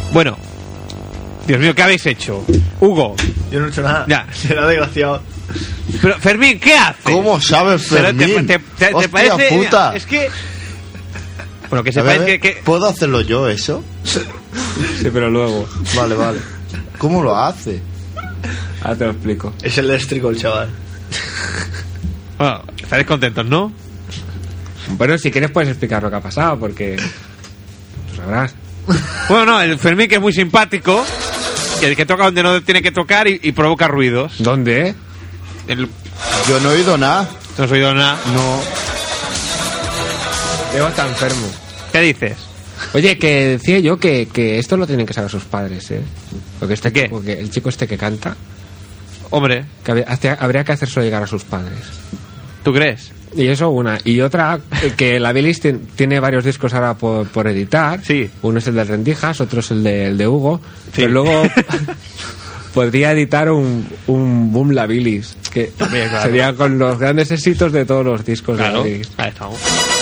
Bueno, Dios mío, ¿qué habéis hecho? Hugo. Yo no he hecho nada. Ya. Será desgraciado. Pero, Fermín, ¿qué haces? ¿Cómo sabes, Fermín? ¿Te, te, te, te Hostia parece? puta. Es que... Bueno, que A sepáis ver, que, que... ¿puedo hacerlo yo eso? Sí, pero luego. Vale, vale. ¿Cómo lo hace? Ahora te lo explico. Es el eléctrico el chaval. Bueno, estaréis contentos, ¿no? Bueno, si quieres puedes explicar lo que ha pasado, porque... Tú sabrás. Bueno, no, el Fermín, que es muy simpático, que, que toca donde no tiene que tocar y, y provoca ruidos. ¿Dónde? El... Yo no he oído nada. ¿No has oído nada? No. Diego está enfermo. ¿Qué dices? Oye, que decía yo que, que esto lo tienen que saber sus padres, ¿eh? Porque este ¿Qué? Porque el chico este que canta, Hombre, que habría, hace- habría que hacérselo llegar a sus padres. ¿tú crees? Y eso una. Y otra, eh, que la Bilis tien- tiene varios discos ahora por, por editar. Sí. Uno es el de Rendijas, otro es el de, el de Hugo. Sí. Pero luego podría editar un, un Boom La Bilis, que También, claro. sería con los grandes éxitos de todos los discos Claro, de la Bilis. ahí estamos.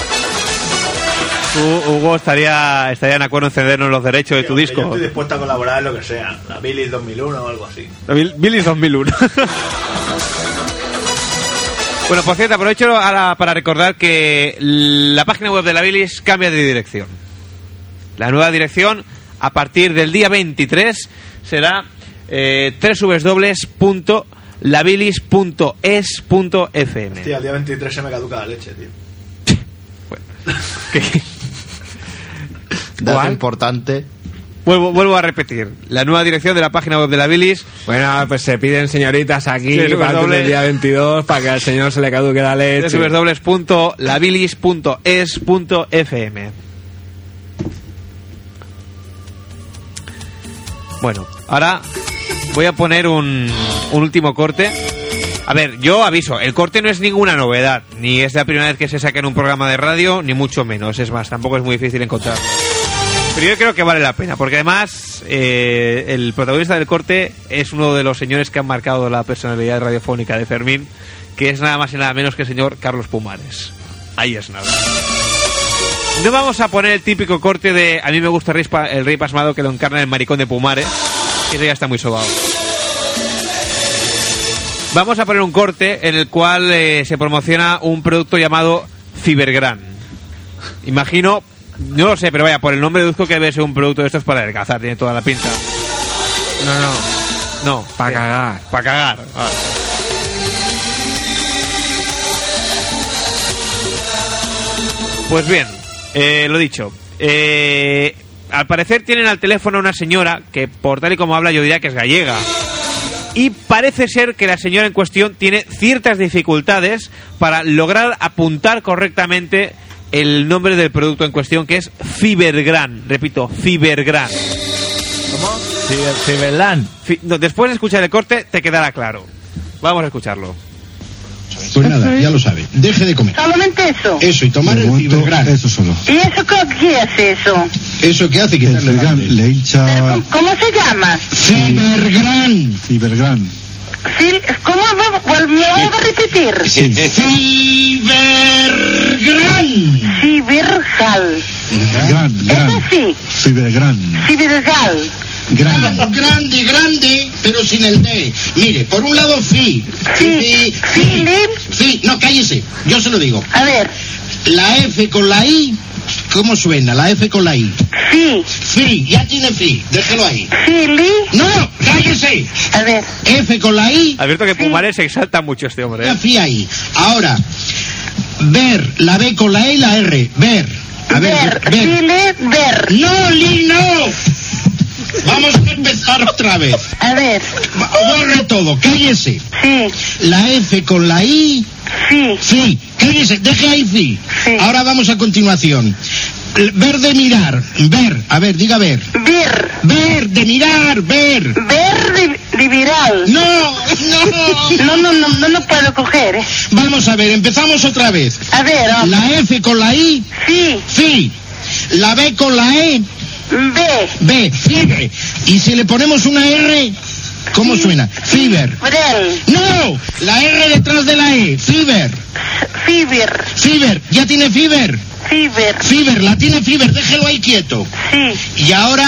Tú, Hugo, estaría, estaría en acuerdo en cedernos los derechos de tu Yo disco. estoy dispuesto a colaborar en lo que sea. La Billy dos mil uno o algo así. Bill- Billy dos mil uno. Bueno, por cierto, aprovecho ahora para recordar que la página web de la Bilis cambia de dirección. La nueva dirección, a partir del día veintitrés, será eh, doble u doble u doble u punto la bilis punto es punto efe eme. Tío, el día veintitrés se me caduca la leche, tío. ¿Qué? Dato ¿Cuál? importante. Vuelvo, vuelvo a repetir. La nueva dirección de la página web de la Bilis. Bueno, pues se piden señoritas aquí Sí, para antes doble- del día veintidós para que al señor se le caduque la leche. doble u doble u doble u punto la bilis punto es punto efe eme. Bueno, ahora voy a poner un, un último corte. A ver, yo aviso, el corte no es ninguna novedad, ni es la primera vez que se saca en un programa de radio, ni mucho menos. Es más, tampoco es muy difícil encontrarlo. Pero yo creo que vale la pena, porque además eh, el protagonista del corte es uno de los señores que han marcado la personalidad radiofónica de Fermín, que es nada más y nada menos que el señor Carlos Pumares. Ahí es nada. No vamos a poner el típico corte de a mí me gusta el rey, pa- el rey pasmado que lo encarna el maricón de Pumares, que ese ya está muy sobado. Vamos a poner un corte en el cual eh, se promociona un producto llamado Fibergran. Imagino, no lo sé, pero vaya, por el nombre deduzco que debe ser un producto de estos para adelgazar, tiene toda la pinta. No, no, No, para cagar. para cagar. Vale. Pues bien, eh, lo dicho. Eh, al parecer tienen al teléfono a una señora que, por tal y como habla, yo diría que es gallega. Y parece ser que la señora en cuestión tiene ciertas dificultades para lograr apuntar correctamente el nombre del producto en cuestión, que es Fibergran. Repito, Fibergran. ¿Cómo? Fiberland. No, después de escuchar el corte te quedará claro. Vamos a escucharlo. Pues nada, ya lo sabe. Deje de comer. Solamente eso. Eso, y tomar el Fibergran. Eso solo. ¿Y eso qué hace eso? Eso que hace quitarle el hambre. Le hincha ¿Cómo se llama? Fibergran. Fibergran. Sí, ¿cómo va- me voy a repetir? Sí. Fibergran. Fibergal. Gran, gran. Eso sí, Fibergran. Fibergal. Grande. grande, grande, pero sin el D. Mire, por un lado, fi. Fi, fi, fi. No, cállese, yo se lo digo. A ver. La F con la I, ¿cómo suena? La F con la I. Fi. Fi, ya tiene fi, déjelo ahí. Fili. No, cállese. A ver. F con la I. Advierto que Pumares se exalta mucho este hombre. ¿eh? La fi ahí. Ahora, ver, la B con la E y la R. Ver. A ver, Ver. ver. File. Ver. No, Li, no. Vamos a empezar otra vez. A ver. Borre todo, cállese. Sí. La F con la I. Sí. Sí, cállese, deje ahí fi. Sí. Ahora vamos a continuación. L- Ver de mirar, ver, a ver, diga ver. Ver. Ver, de mirar, ver. Ver de, de viral. No, no. No, no, no, no lo puedo coger. ¿eh? Vamos a ver, empezamos otra vez. A ver. oh. La F con la I. Sí. Sí. La B con la E. B. B, fibre. Y si le ponemos una R, ¿cómo suena? Fiber. Brel. No, la R detrás de la E. Fiber. Fiber. Fiber. ¿Ya tiene fiber? Fiber. Fiber, la tiene fiber. Déjelo ahí quieto. Sí. Y ahora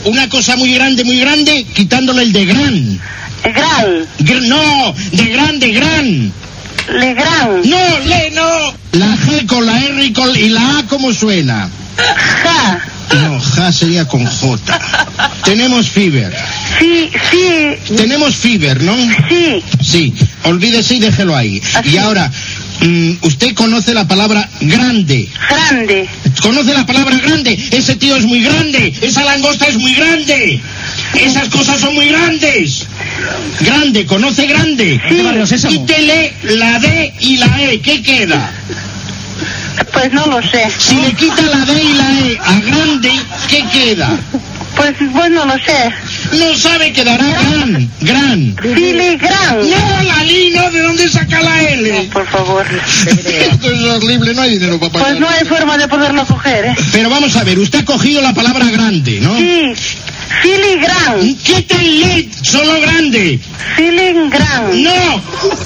una cosa muy grande, muy grande, quitándole el de gran. Gran. Gr- no, de grande, gran. Le gran. No, le, no. La G con la R y, con, y la A, ¿cómo suena? Ja. No, ja sería con J. Tenemos fever. Sí, sí. Tenemos fever, ¿no? Sí. Sí, olvídese y déjelo ahí. Así. Y ahora, mm, usted conoce la palabra grande. Grande. ¿Conoce la palabra grande? Ese tío es muy grande. Esa langosta es muy grande. Esas cosas son muy grandes. Grande, ¿conoce grande? Sí. Quítele la D y la E. ¿Qué queda? Pues no lo sé. Si le quita la D y la E a grande, ¿qué queda? Pues, pues no lo sé. No sabe, quedará gran, gran. Filigran. No, la Li, no, ¿de dónde saca la L? No, por favor. Esto es horrible, no hay dinero para pagar. Pues no hay forma de poderlo coger, ¿eh? Pero vamos a ver, usted ha cogido la palabra grande, ¿no? Sí. Filigran. Quítenle, solo grande. Filigran. No.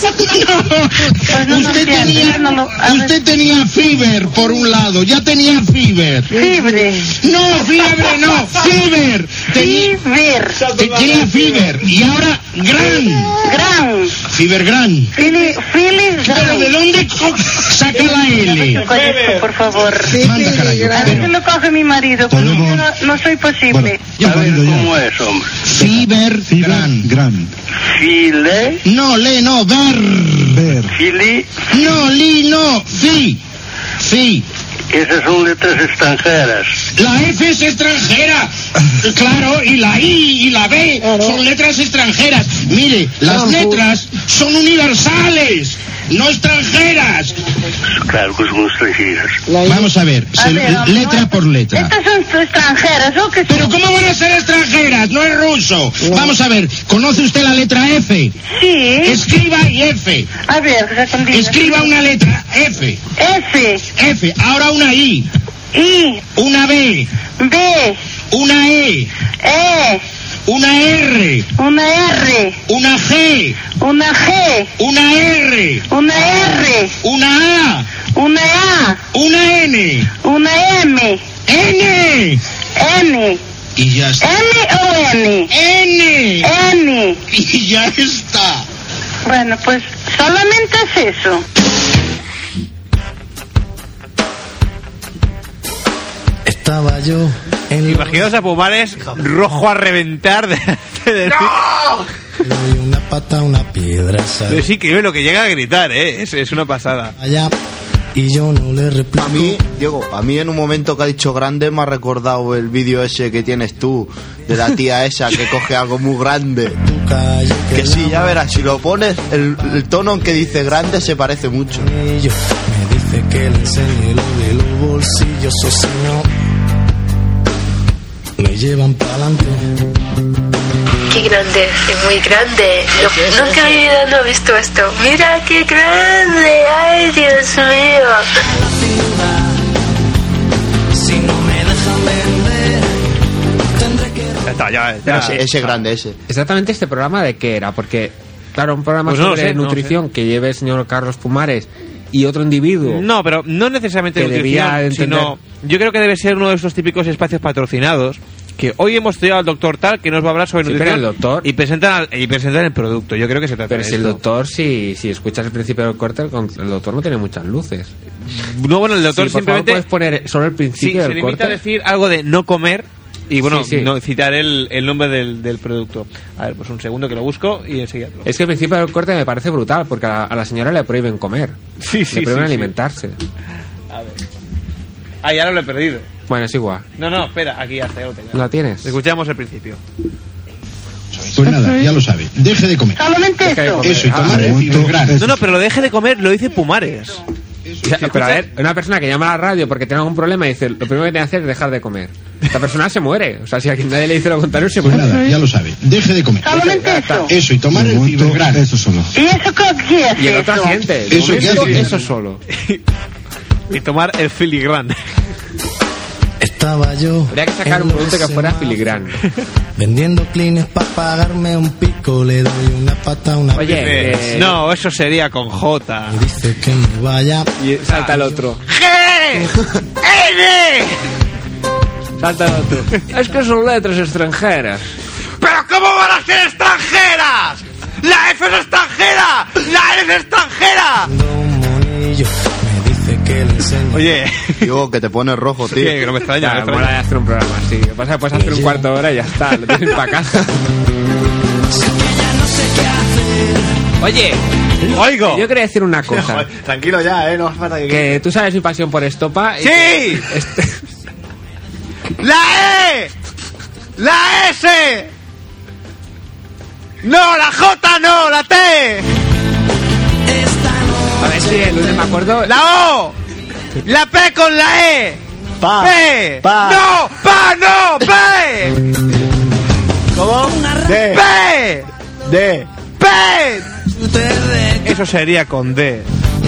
Pues no usted lo entiendo, tenía, no lo- a usted tenía fever por un lado, ya tenía fever. Fibre. No, fiebre no, fever. Tenía, Fiber. te- tenía fever y ahora gran. Gran. Fever gran. Fili, filigran. Pero ¿de dónde co- saca la L? Coge esto, por favor. Manda, carajo. A ver si lo coge mi marido, porque yo no, no soy posible. Ya cuando ya. ¿Cómo es, hombre? Fever gran. Gran. File, No, le, no, ver. Ver. fili, No, li, no, fi. Fi. esas son letras extranjeras. La F es extranjera. Claro, y la I y la B son letras extranjeras. Mire, las letras son universales, no extranjeras. Claro que son extranjeras. Vamos a ver, A se- ver, vamos, letra no, por letra. Estas son extranjeras, ¿o qué Pero son? ¿cómo van a ser extranjeras? No es ruso. Vamos a ver, ¿conoce usted la letra F? Sí. Escriba y F. A ver, respondido. Escriba una letra F. F. F. Ahora una I. I. Una B. B. Una E. E. Una R. Una R. Una G. Una G. Una R. Una R. Una A. Una A. Una N. Una M. N. N. Y ya está. ¿M o N? N. N. Y ya está. Bueno, pues solamente es eso. Estaba yo en Imaginaos a Pumares rojo a reventar de, de decir... una pata, una piedra, Pero es increíble lo que llega a gritar, ¿eh? Es, es una pasada. allá y yo no le replico. A mí, Diego, a mí en un momento que ha dicho grande me ha recordado el vídeo ese que tienes tú de la tía esa que coge algo muy grande. Que sí, ya verás, si lo pones, el, el tono en que dice grande se parece mucho. Y yo me dice que le enseñe lo de los bolsillos, oh señor. Me llevan para adelante. Qué grande, es muy grande. Lo- nunca en mi vida no he visto esto. Mira qué grande, ay Dios mío. Si no me dejan vender, tendré que... Ya está, ya, Ya, ya. ese, ese grande, ese. Exactamente este programa de qué era, porque, claro, un programa Pues no lo sobre sé, no lo nutrición que lleve el señor Carlos Pumares y otro individuo. No, pero no necesariamente Que de debía nutrición, entender- sino... Yo creo que debe ser uno de esos típicos espacios patrocinados que hoy hemos traído al doctor tal que nos va a hablar sobre Sí, nutrición pero el doctor- y presentan al- y presentan el producto. Yo creo que se trata Pero de si el esto. doctor, si, si escuchas el principio del corte, el, con- el doctor no tiene muchas luces. No, bueno, el doctor Sí, por simplemente... favor, puedes poner solo el Sí, principio se del limita corte. a decir algo de no comer y bueno, Sí, sí. no citar el, el nombre del, del producto. A ver, pues un segundo que lo busco y enseguida. te lo- Es que el principio del corte me parece brutal, porque a la, a la señora le prohíben comer. Sí, sí, le prohíben sí, sí. alimentarse. A ver. Ah, ya no lo he perdido. Bueno, es igual. No, no, espera, aquí ya está, ya lo tengo. ¿La tienes? Escuchamos el principio. Pues nada, ya lo sabe. Deje de comer. Solamente eso. Eso, y tomar Ah, el fibergrán. No, no, pero lo deje de comer, lo dice Pumares. Ya, pero a ver, una persona que llama a la radio porque tiene algún problema y dice, lo primero que tiene que hacer es dejar de comer. Esta persona se muere. O sea, si a quien nadie le dice lo contrario, se Pues muere. nada, ya lo sabe. Deje de comer. Solamente eso. Eso, y tomar el fibergrán. Eso solo. ¿Y eso qué hace Y el otro eso? asiente. De Eso, momento, ¿qué hace? eso solo. Y tomar el filigrán. Estaba yo Habría que sacar un en producto los que fuera semáforos, filigrán. vendiendo clines para pagarme un pico. Le doy una pata, una Oye, piedra. eh, No, eso sería con J. Me dice que me vaya. Y salta el otro. ¡G! ¡N! Sáltalo tú. Es que son letras extranjeras. ¿Pero cómo van a ser extranjeras? ¡La F es extranjera! ¡La F es extranjera! Oye, digo que te pones rojo, tío. Sí, que no me extraña. Claro, me mola extraña. de hacer un programa así. Lo que pasa es que puedes hacer un cuarto de hora y ya está. Lo tienes para casa. Oye, oigo. Yo quería decir una cosa. Tranquilo ya, eh. No hace falta que... Que tú sabes mi pasión por Estopa. Y ¡Sí! que este... ¡La E! ¡La S! ¡No, la J no! ¡La T! A ver si el lunes me acuerdo. ¡La O! ¡La P con la E! Pa, ¡P! pa. ¡No! ¡Pa! ¡No! ¡P! ¿Cómo? D. ¡P! D. ¡P! Eso sería con D.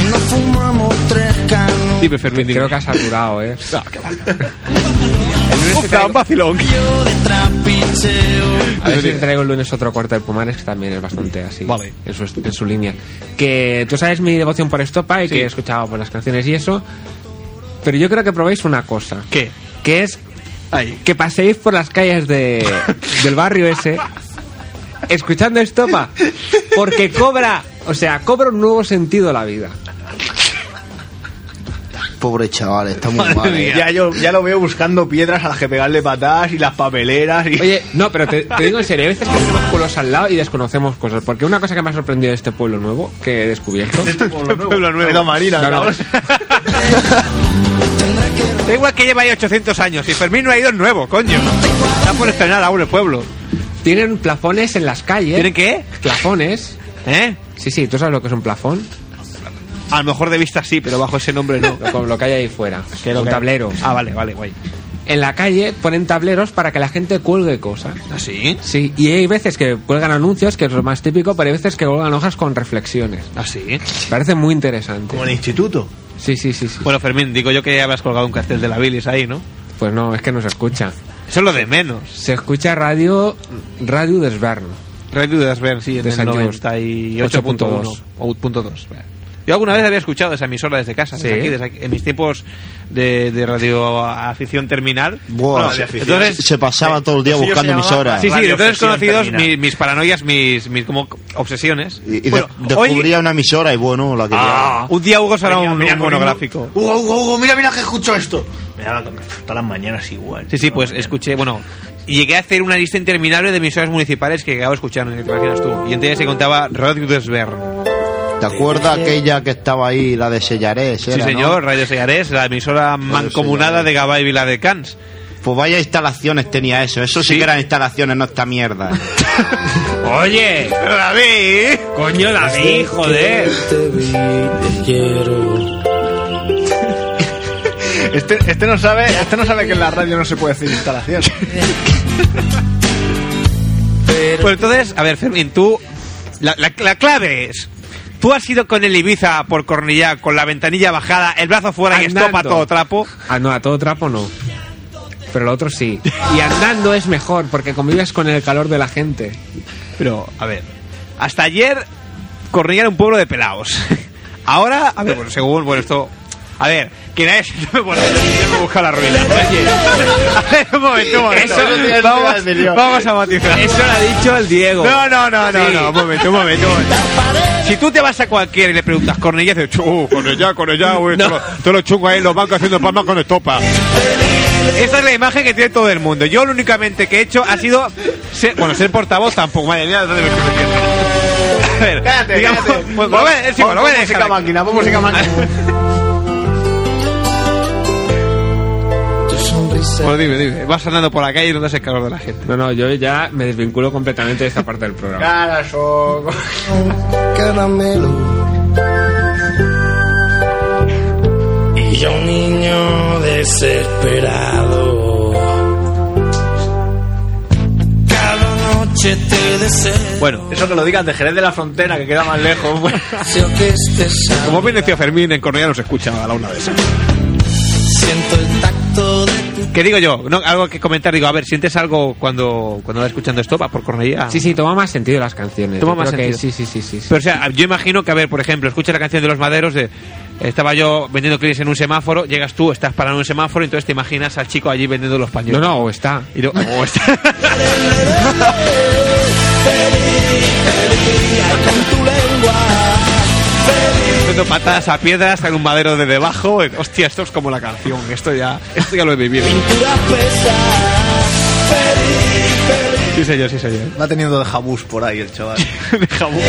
Dime, Fermín, dime. Creo que has saturado, eh. No, qué va. El lunes un vacilón. A ver si te traigo el lunes otro corte del Pumares, que también es bastante así. Vale. En su, en su línea. Que tú sabes mi devoción por Estopa y Sí. que he escuchado por las canciones y eso. Pero yo creo que probéis una cosa. ¿Qué? Que es Ahí. que paséis por las calles de, del barrio ese escuchando Estopa. Porque cobra, o sea, cobra un nuevo sentido la vida. Pobre chaval, está muy mal. ¿eh? Ya, yo, ya lo veo buscando piedras a las que pegarle patadas y las papeleras. Y... Oye, no, pero te, te digo en serio, hay veces que tenemos pueblos al lado y desconocemos cosas. Porque una cosa que me ha sorprendido de este pueblo nuevo que he descubierto. Este pueblo nuevo. Pueblo nuevo. Era Marina, No, no. cabrón. Da igual que lleva ahí ochocientos años y Fermín no ha ido en nuevo, coño. Está por estrenar aún el pueblo. Tienen plafones en las calles. ¿Tienen qué? Plafones. ¿Eh? Sí, sí, ¿tú sabes lo que es un plafón? A lo mejor de vista sí, pero bajo ese nombre no. Lo, lo que hay ahí fuera. Que lo un que- tablero. Ah, vale, vale, guay. En la calle ponen tableros para que la gente cuelgue cosas. ¿Ah, sí? Sí, y hay veces que cuelgan anuncios, que es lo más típico, pero hay veces que cuelgan hojas con reflexiones. ¿Ah, sí? Parece muy interesante. Como en el instituto. Sí, sí, sí, sí. Bueno, Fermín, digo yo que ya habrás colgado un cartel de la bilis ahí, ¿no? Pues no, es que no se escucha. Eso es lo de menos. Se escucha radio Radio Desvern. Radio de Asbern, sí, en De el Sant Joan. noventa y ocho punto uno o punto dos. Yo alguna vez había escuchado esa emisora desde casa, Sí. desde aquí, desde aquí, en mis tiempos de, de radio afición terminal. Buah, Bueno, se- entonces, se pasaba todo el día Eso yo buscando se llamaba- emisoras. sí, sí, Radio entonces Afición conocidos Terminal. mi- mis paranoias, mis, mis como obsesiones. Y, y Bueno, de- hoy- descubría una emisora y bueno, la quería. Ah, un día Hugo será Venía- un, venía un corriendo. monográfico. Hugo, Hugo, Hugo, mira, mira que escucho esto. Mira, todas las mañanas igual. Sí, sí, pues escuché, bueno, y llegué a hacer una lista interminable de emisoras municipales que llegaba escuchando, ¿te imaginas tú? Y entre ellas se contaba Radio Desvern. ¿Te acuerdas aquella que estaba ahí, la de Sellarés? Sí, era, señor, ¿no? Radio Sellarés, la emisora mancomunada de Gabá y Vila de Cans. Pues vaya instalaciones tenía eso. Eso sí, Sí. que eran instalaciones, no esta mierda. Oye, David, coño David, joder. Este, este no sabe, este no sabe que en la radio no se puede decir instalación. Pues entonces, a ver, Fermín, tú, la, la, la clave es, tú has ido con el Ibiza por Cornellá, con la ventanilla bajada, el brazo fuera y Andando. estopa todo trapo. Ah, no, a todo trapo no. Pero lo otro sí. Y andando es mejor, porque convives con el calor de la gente. Pero, a ver, hasta ayer Cornellá era un pueblo de pelaos. Ahora, a ver, bueno, según, bueno, esto... A ver, que nadie se tome por el yo me busca la ruina. Oye, a ver, un momento, un momento. Eso no tiene que vamos, decir yo. vamos a matizar. Eso lo ha dicho el Diego. No, no, no, no, Sí. no, un momento, un momento, un momento. Si tú te vas a cualquiera y le preguntas Cornellá, dices, chu, Cornellá, Cornellá, güey, No. todos los- todos los chungos ahí en los bancos haciendo palmas con estopa. Esa es la imagen que tiene todo el mundo. Yo lo únicamente que he hecho ha sido ser, bueno, ser portavoz tampoco, madre mía, ¿dónde me estoy metiendo? A ver, Cállate, digamos, cállate. pues, lo voy a- sí, Pon- lo voy a pon dejar música aquí. máquina, pon música máquina. Pues dime, dime, vas andando por la calle y no das el calor de la gente. No, no, yo ya me desvinculo completamente de esta parte del programa. Carajo. Caramelo. Y yo un niño desesperado. Cada noche te deseo. Bueno, Eso que lo digas de Jerez de la Frontera, que queda más lejos. Bueno. que estés como bien decía Fermín, en Cornellá no se escucha a la una de esas. Siento el tacto de tu. ¿Qué digo yo? No, algo que comentar, digo, a ver, ¿sientes algo cuando, cuando vas escuchando estopa por Cornellá? Sí, sí, toma más sentido las canciones. Toma Yo más creo que sentido. sí, sí, sí, sí, sí. Pero o sea, yo imagino que, a ver, por ejemplo, escucha la canción de Los Maderos de Estaba yo vendiendo Kleenex en un semáforo, llegas tú, estás parado en un semáforo, y entonces te imaginas al chico allí vendiendo los pañuelos. No, no, o está. Y no, o está. Haciendo patadas a piedras, está en un madero de debajo. Hostia, esto es como la canción. Esto ya, esto ya lo he vivido. Sí, señor, sí, señor. Va teniendo de jabús por ahí el chaval. De jabús.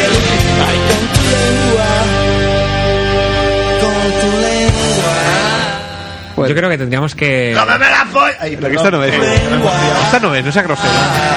Pues yo creo que tendríamos que... ¡No me la voy! Ay, Pero que esta no es. Esta no es, no sea grosera.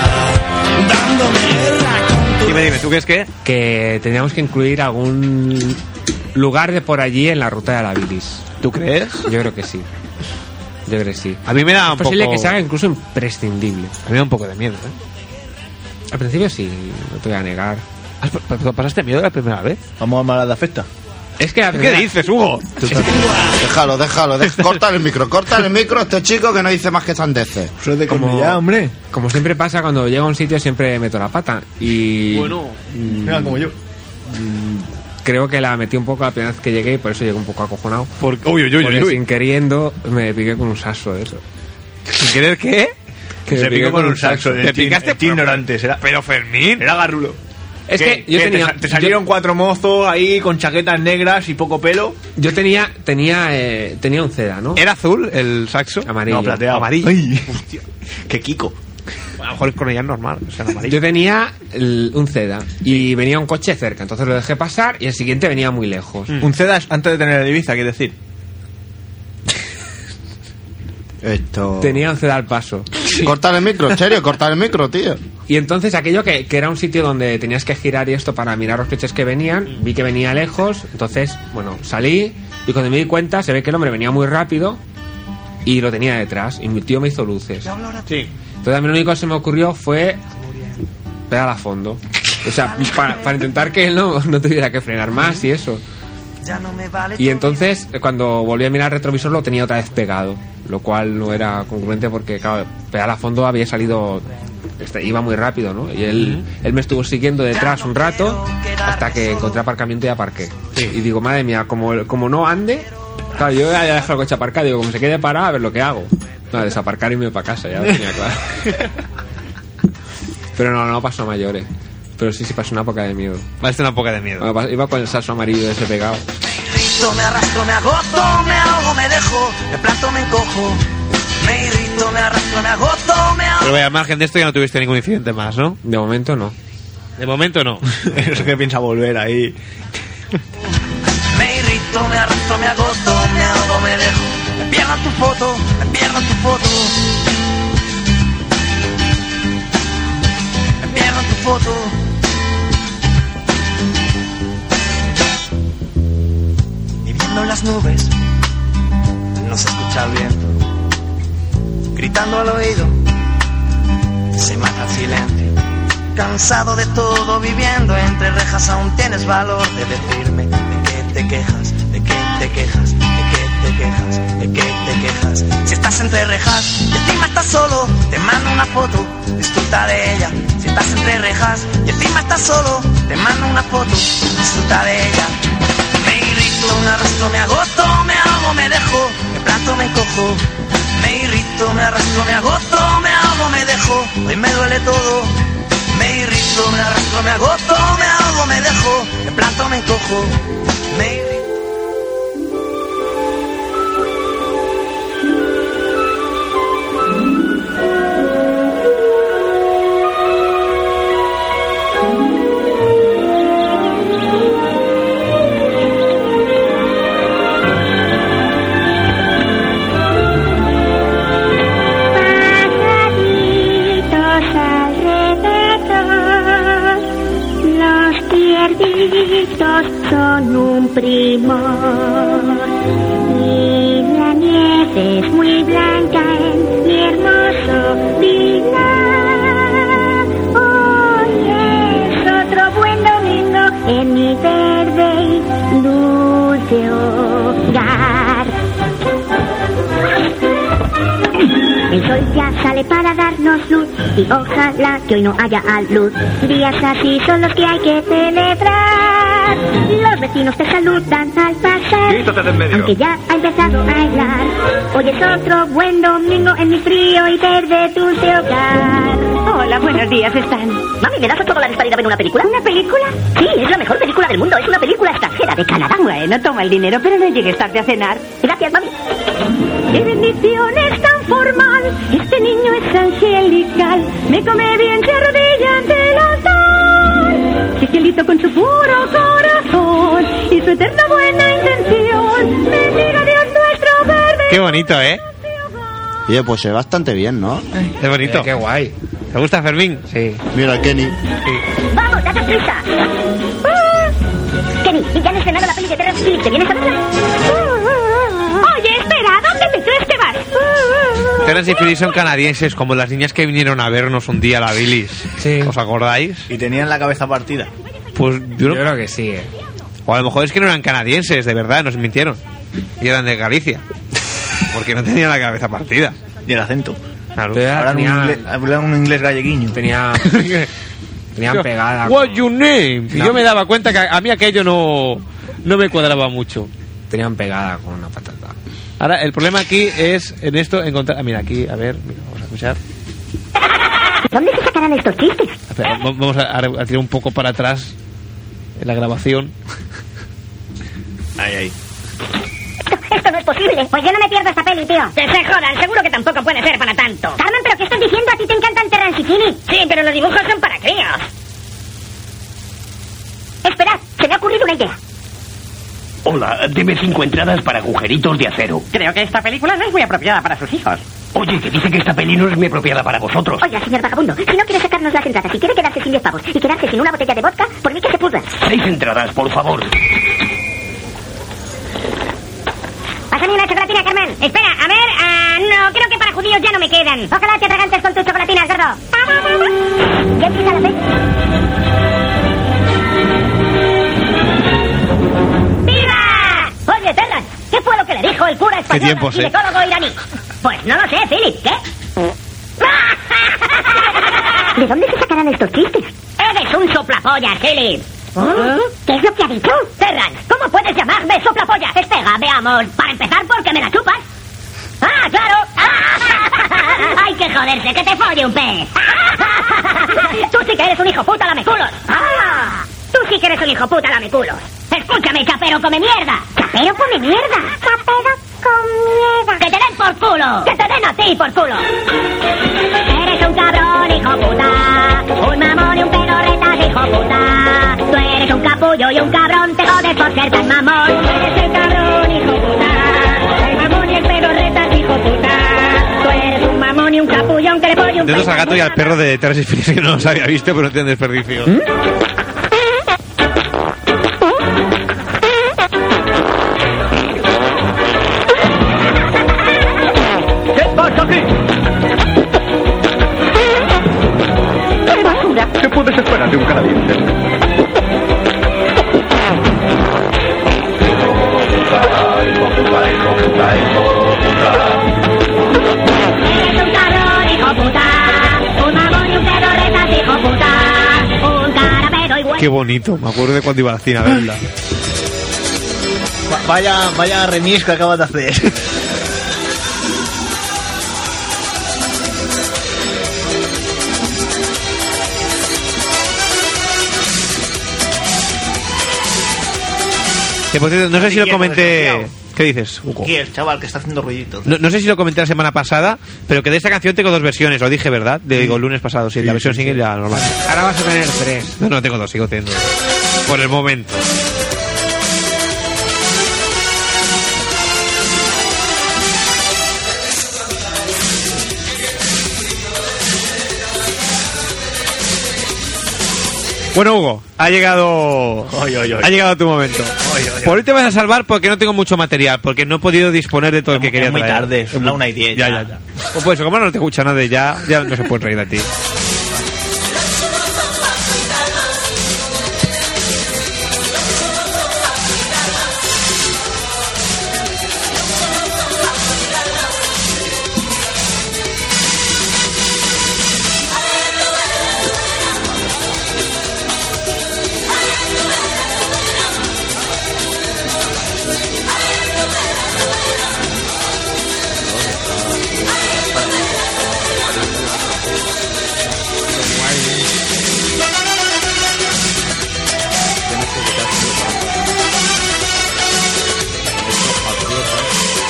Dime, dime, ¿tú crees que? Que tendríamos que incluir algún lugar de por allí en la ruta de la bilis. ¿Tú crees? Yo creo que sí. Yo creo que sí. A mí me da un es posible poco... que se haga incluso imprescindible. A mí me da un poco de miedo, ¿eh? Al principio sí, no te voy a negar. ¿Pasaste miedo la primera vez? Vamos a mala de afecta. Es que la ¿Qué primera... dices, Hugo? Déjalo, déjalo, déjalo. Corta el micro, corta el micro a este chico que no dice más que sandeces. Eso es de Como- ya, hombre. Como siempre pasa, cuando llego a un sitio siempre meto la pata. Y... Bueno. mm, Mira, como yo. creo que la metí un poco la primera vez que llegué y por eso llegué un poco acojonado. Porque, uy, uy, uy, Porque uy. sin queriendo me piqué con un saxo de eso. ¿Sin querer qué? Que Se me piqué picó con un saxo. Te picaste Este ignorante. Será, Pero Fermín. era garrulo. Es ¿Qué? que yo ¿Qué? tenía... Te, te salieron yo- cuatro mozos ahí con chaquetas negras y poco pelo. Yo tenía tenía eh, tenía un seda, ¿no? ¿Era azul el saxo? Amarillo. No, plateado. Amarillo. Ay. Qué Kiko. A lo mejor con ella es normal, o sea, en amarillo. Yo tenía el- un seda y venía un coche cerca, entonces lo dejé pasar y el siguiente venía muy lejos. Mm. Un Cedas antes de tener el Ibiza, quiere decir. Esto... Tenía un seda al paso. Cortar el micro, en serio, cortar el micro, tío. Y entonces aquello que, que era un sitio donde tenías que girar y esto para mirar los coches que venían, vi que venía lejos, entonces, bueno, salí y cuando me di cuenta se ve que el hombre venía muy rápido y lo tenía detrás y mi tío me hizo luces. Sí. Entonces a mí lo único que se me ocurrió fue pegar a fondo. O sea, para, para intentar que él no, no tuviera que frenar más y eso. Y entonces, cuando volví a mirar el retrovisor, lo tenía otra vez pegado, lo cual no era congruente porque, claro, pegar a fondo había salido, este, iba muy rápido, ¿no? Y él, él me estuvo siguiendo detrás un rato hasta que encontré aparcamiento y aparqué. Y digo, madre mía, como, como no ande, claro, yo ya dejado el coche aparcado, digo, como se quede parado, a ver lo que hago. No, desaparcar y irme para casa, ya lo tenía claro. Pero no, no pasó a mayores. Pero sí, sí pasó una poca de miedo. Va a ser una poca de miedo. Bueno, iba con el saxo amarillo ese pegado. Me arrastro, me agoto, me ahogo, me dejo, me planto, me encojo, me irrito, me arrastro, me agoto, me ahogo. Pero vaya, al margen de esto ya no tuviste ningún incidente más, ¿no? De momento no. De momento no. Eso que piensa volver ahí. Me irrito, me arrastro, me agoto, me ahogo, me dejo, me pierdo en tu foto, me pierdo en tu foto, me pierdo en tu foto. Viviendo en las nubes, no se escucha el viento, gritando al oído, se mata el silencio. Cansado de todo, viviendo entre rejas, aún tienes valor de decirme de qué te quejas, de qué te quejas, de qué te quejas, de qué te quejas. Si estás entre rejas y encima estás solo, te mando una foto, disfruta de ella. Si estás entre rejas y encima estás solo, te mando una foto, disfruta de ella. Me irrito, me arrastro, me agoto, me ahogo, me dejo, me planto, me encojo. Me irrito, me arrastro, me agoto, me ahogo, me dejo, hoy me duele todo. Me irrito, me arrastro, me agoto, me ahogo, me dejo, me planto, me encojo. Me irrito. Son un primor y la nieve es muy blanca en mi hermoso pilar. Hoy es otro buen domingo en mi verde y dulce hogar. El sol ya sale para darnos luz y ojalá que hoy no haya luz. Días así son los que hay que celebrar. pasar. Los vecinos te saludan al pasar. Quítate de en medio. Aunque ya ha empezado a hellar. Hoy es otro buen domingo en mi frío y verde dulce hogar. Hola, buenos días, Stan. Mami, ¿me das ocho dólares para ir a ver una película? ¿Una película? Sí, es la mejor película del mundo. Es una película extranjera de Canadá. Bueno, toma el dinero, pero no llegues tarde a cenar. Gracias, mami. ¡Qué bendición es tan formal! Este niño es angelical. Me come bien, se arrodilla ante el altar. Cielito con su puro corazón y su eterna buena intención. Bendiga Dios nuestro verde. Qué bonito, ¿eh? Oye, pues se ve bastante bien, ¿no? Es bonito. Eh, qué guay. ¿Te gusta, Fermín? Sí. Mira, el Kenny. Sí. ¡Vamos, date prisa! Uh, Kenny, ya han estrenado la peli de Terrence Phillips. ¿Te vienes a verla? Oye, espera, ¿dónde te crees que vas? Terrence y Phillips son canadienses, como las niñas que vinieron a vernos un día a la Billis. Sí. ¿Os acordáis? Y tenían la cabeza partida. Pues yo, Yo creo que sí, eh. O a lo mejor es que no eran canadienses, de verdad, nos mintieron. Y eran de Galicia. Porque no tenían la cabeza partida. Y el acento. Claro. Hablan un, tenía- inglés, hablan un inglés galleguiño. Tenía... Tenían pegada. What's your name? Y No. yo me daba cuenta que a mí aquello no, no me cuadraba mucho. Tenían pegada con una patata. Ahora, el problema aquí es en esto encontrar... Ah, mira, aquí, a ver, mira, vamos a escuchar. ¿Dónde se sacarán estos chistes? Espera, va- vamos a, a tirar un poco para atrás en la grabación. Ahí, ahí. Esto no es posible. Pues yo no me pierdo esta peli, tío. Que se jodan, seguro que tampoco puede ser para tanto. Carmen, ¿pero qué estás diciendo? ¿A ti te encantan Terrence y Phillips? Sí, pero los dibujos son para críos. Esperad, se me ha ocurrido una idea. Hola, deme cinco entradas para agujeritos de acero. Creo que esta película no es muy apropiada para sus hijos. Oye, que dice que esta peli no es muy apropiada para vosotros. Oiga, señor vagabundo, si no quiere sacarnos las entradas y quiere quedarse sin diez pavos y quedarse sin una botella de vodka, por mí que se pudra. Seis entradas, por favor. Pásame una chocolatina, Carmen. Espera, a ver, ah, no, creo que para judíos ya no me quedan. Ojalá te atragantes con tus chocolatinas, gordo. ¿Qué empieza la peli? ¡Viva! Oye, Terran, ¿qué fue lo que le dijo el cura español tiempos, al eh? ginecólogo iraní? Pues no lo sé, Philip, ¿qué? ¿De dónde se sacarán estos chistes? Eres un soplapollas, Philip. ¿Qué es lo que ha dicho? Terran, ¿cómo puedes llamarme soplapollas? Espera, veamos. Para empezar, ¿por qué me la chupas? ¡Ah, claro! ¡Hay que joderse, que te folle un pez! ¡Tú sí que eres un hijo puta lameculos! ¡Ah! ¡Tú sí que eres un hijo puta lameculos! ¡Escúchame, chapero come mierda! ¡Chapero come mierda! ¡Chapero come mierda! ¡Que te den por culo! ¡Que te den a ti por culo! Eres un cabrón, hijo puta. Un mamón y un pedorretas, hijo puta. Tú eres un capullo y un cabrón, te jodes por ser tan mamón. Tú eres el cabrón, hijo puta. El mamón y el pedorretas, hijo puta. Tú eres un mamón y un capullo, que le voy un Dedos al gato y al perro de Terrence y Phillips, que no los había visto, pero no tienen desperdicio. ¿Qué pasa aquí? ¡Basura! ¿Qué puedes esperar de un canadiense? Eres un cabrón, hijo puta. Un mamón y un pedorretas, hijo puta. Un carapero y huevo. Qué bonito, me acuerdo de cuando iba al cine a verla. Va- Vaya, vaya remix que acabas de hacer. Que, por cierto, no sé si lo comenté... ¿Qué dices, Hugo? Aquí el chaval que está haciendo ruiditos. No, no sé si lo comenté la semana pasada, pero que de esta canción tengo dos versiones, lo dije, ¿verdad? De, digo, el lunes pasado, sí, la versión single y la normal. Ahora vas a tener tres. No, no, tengo dos, sigo teniendo dos. Por el momento. Bueno, Hugo, ha llegado... Oy, oy, oy. Ha llegado tu momento. Oy, oy, oy. Por hoy te vas a salvar porque no tengo mucho material, porque no he podido disponer de todo el que Es quería muy traer. tarde, son la una y diez. Ya, ya, ya. Pues, pues como no te escucha nadie, ya, ya no se puede reír de ti.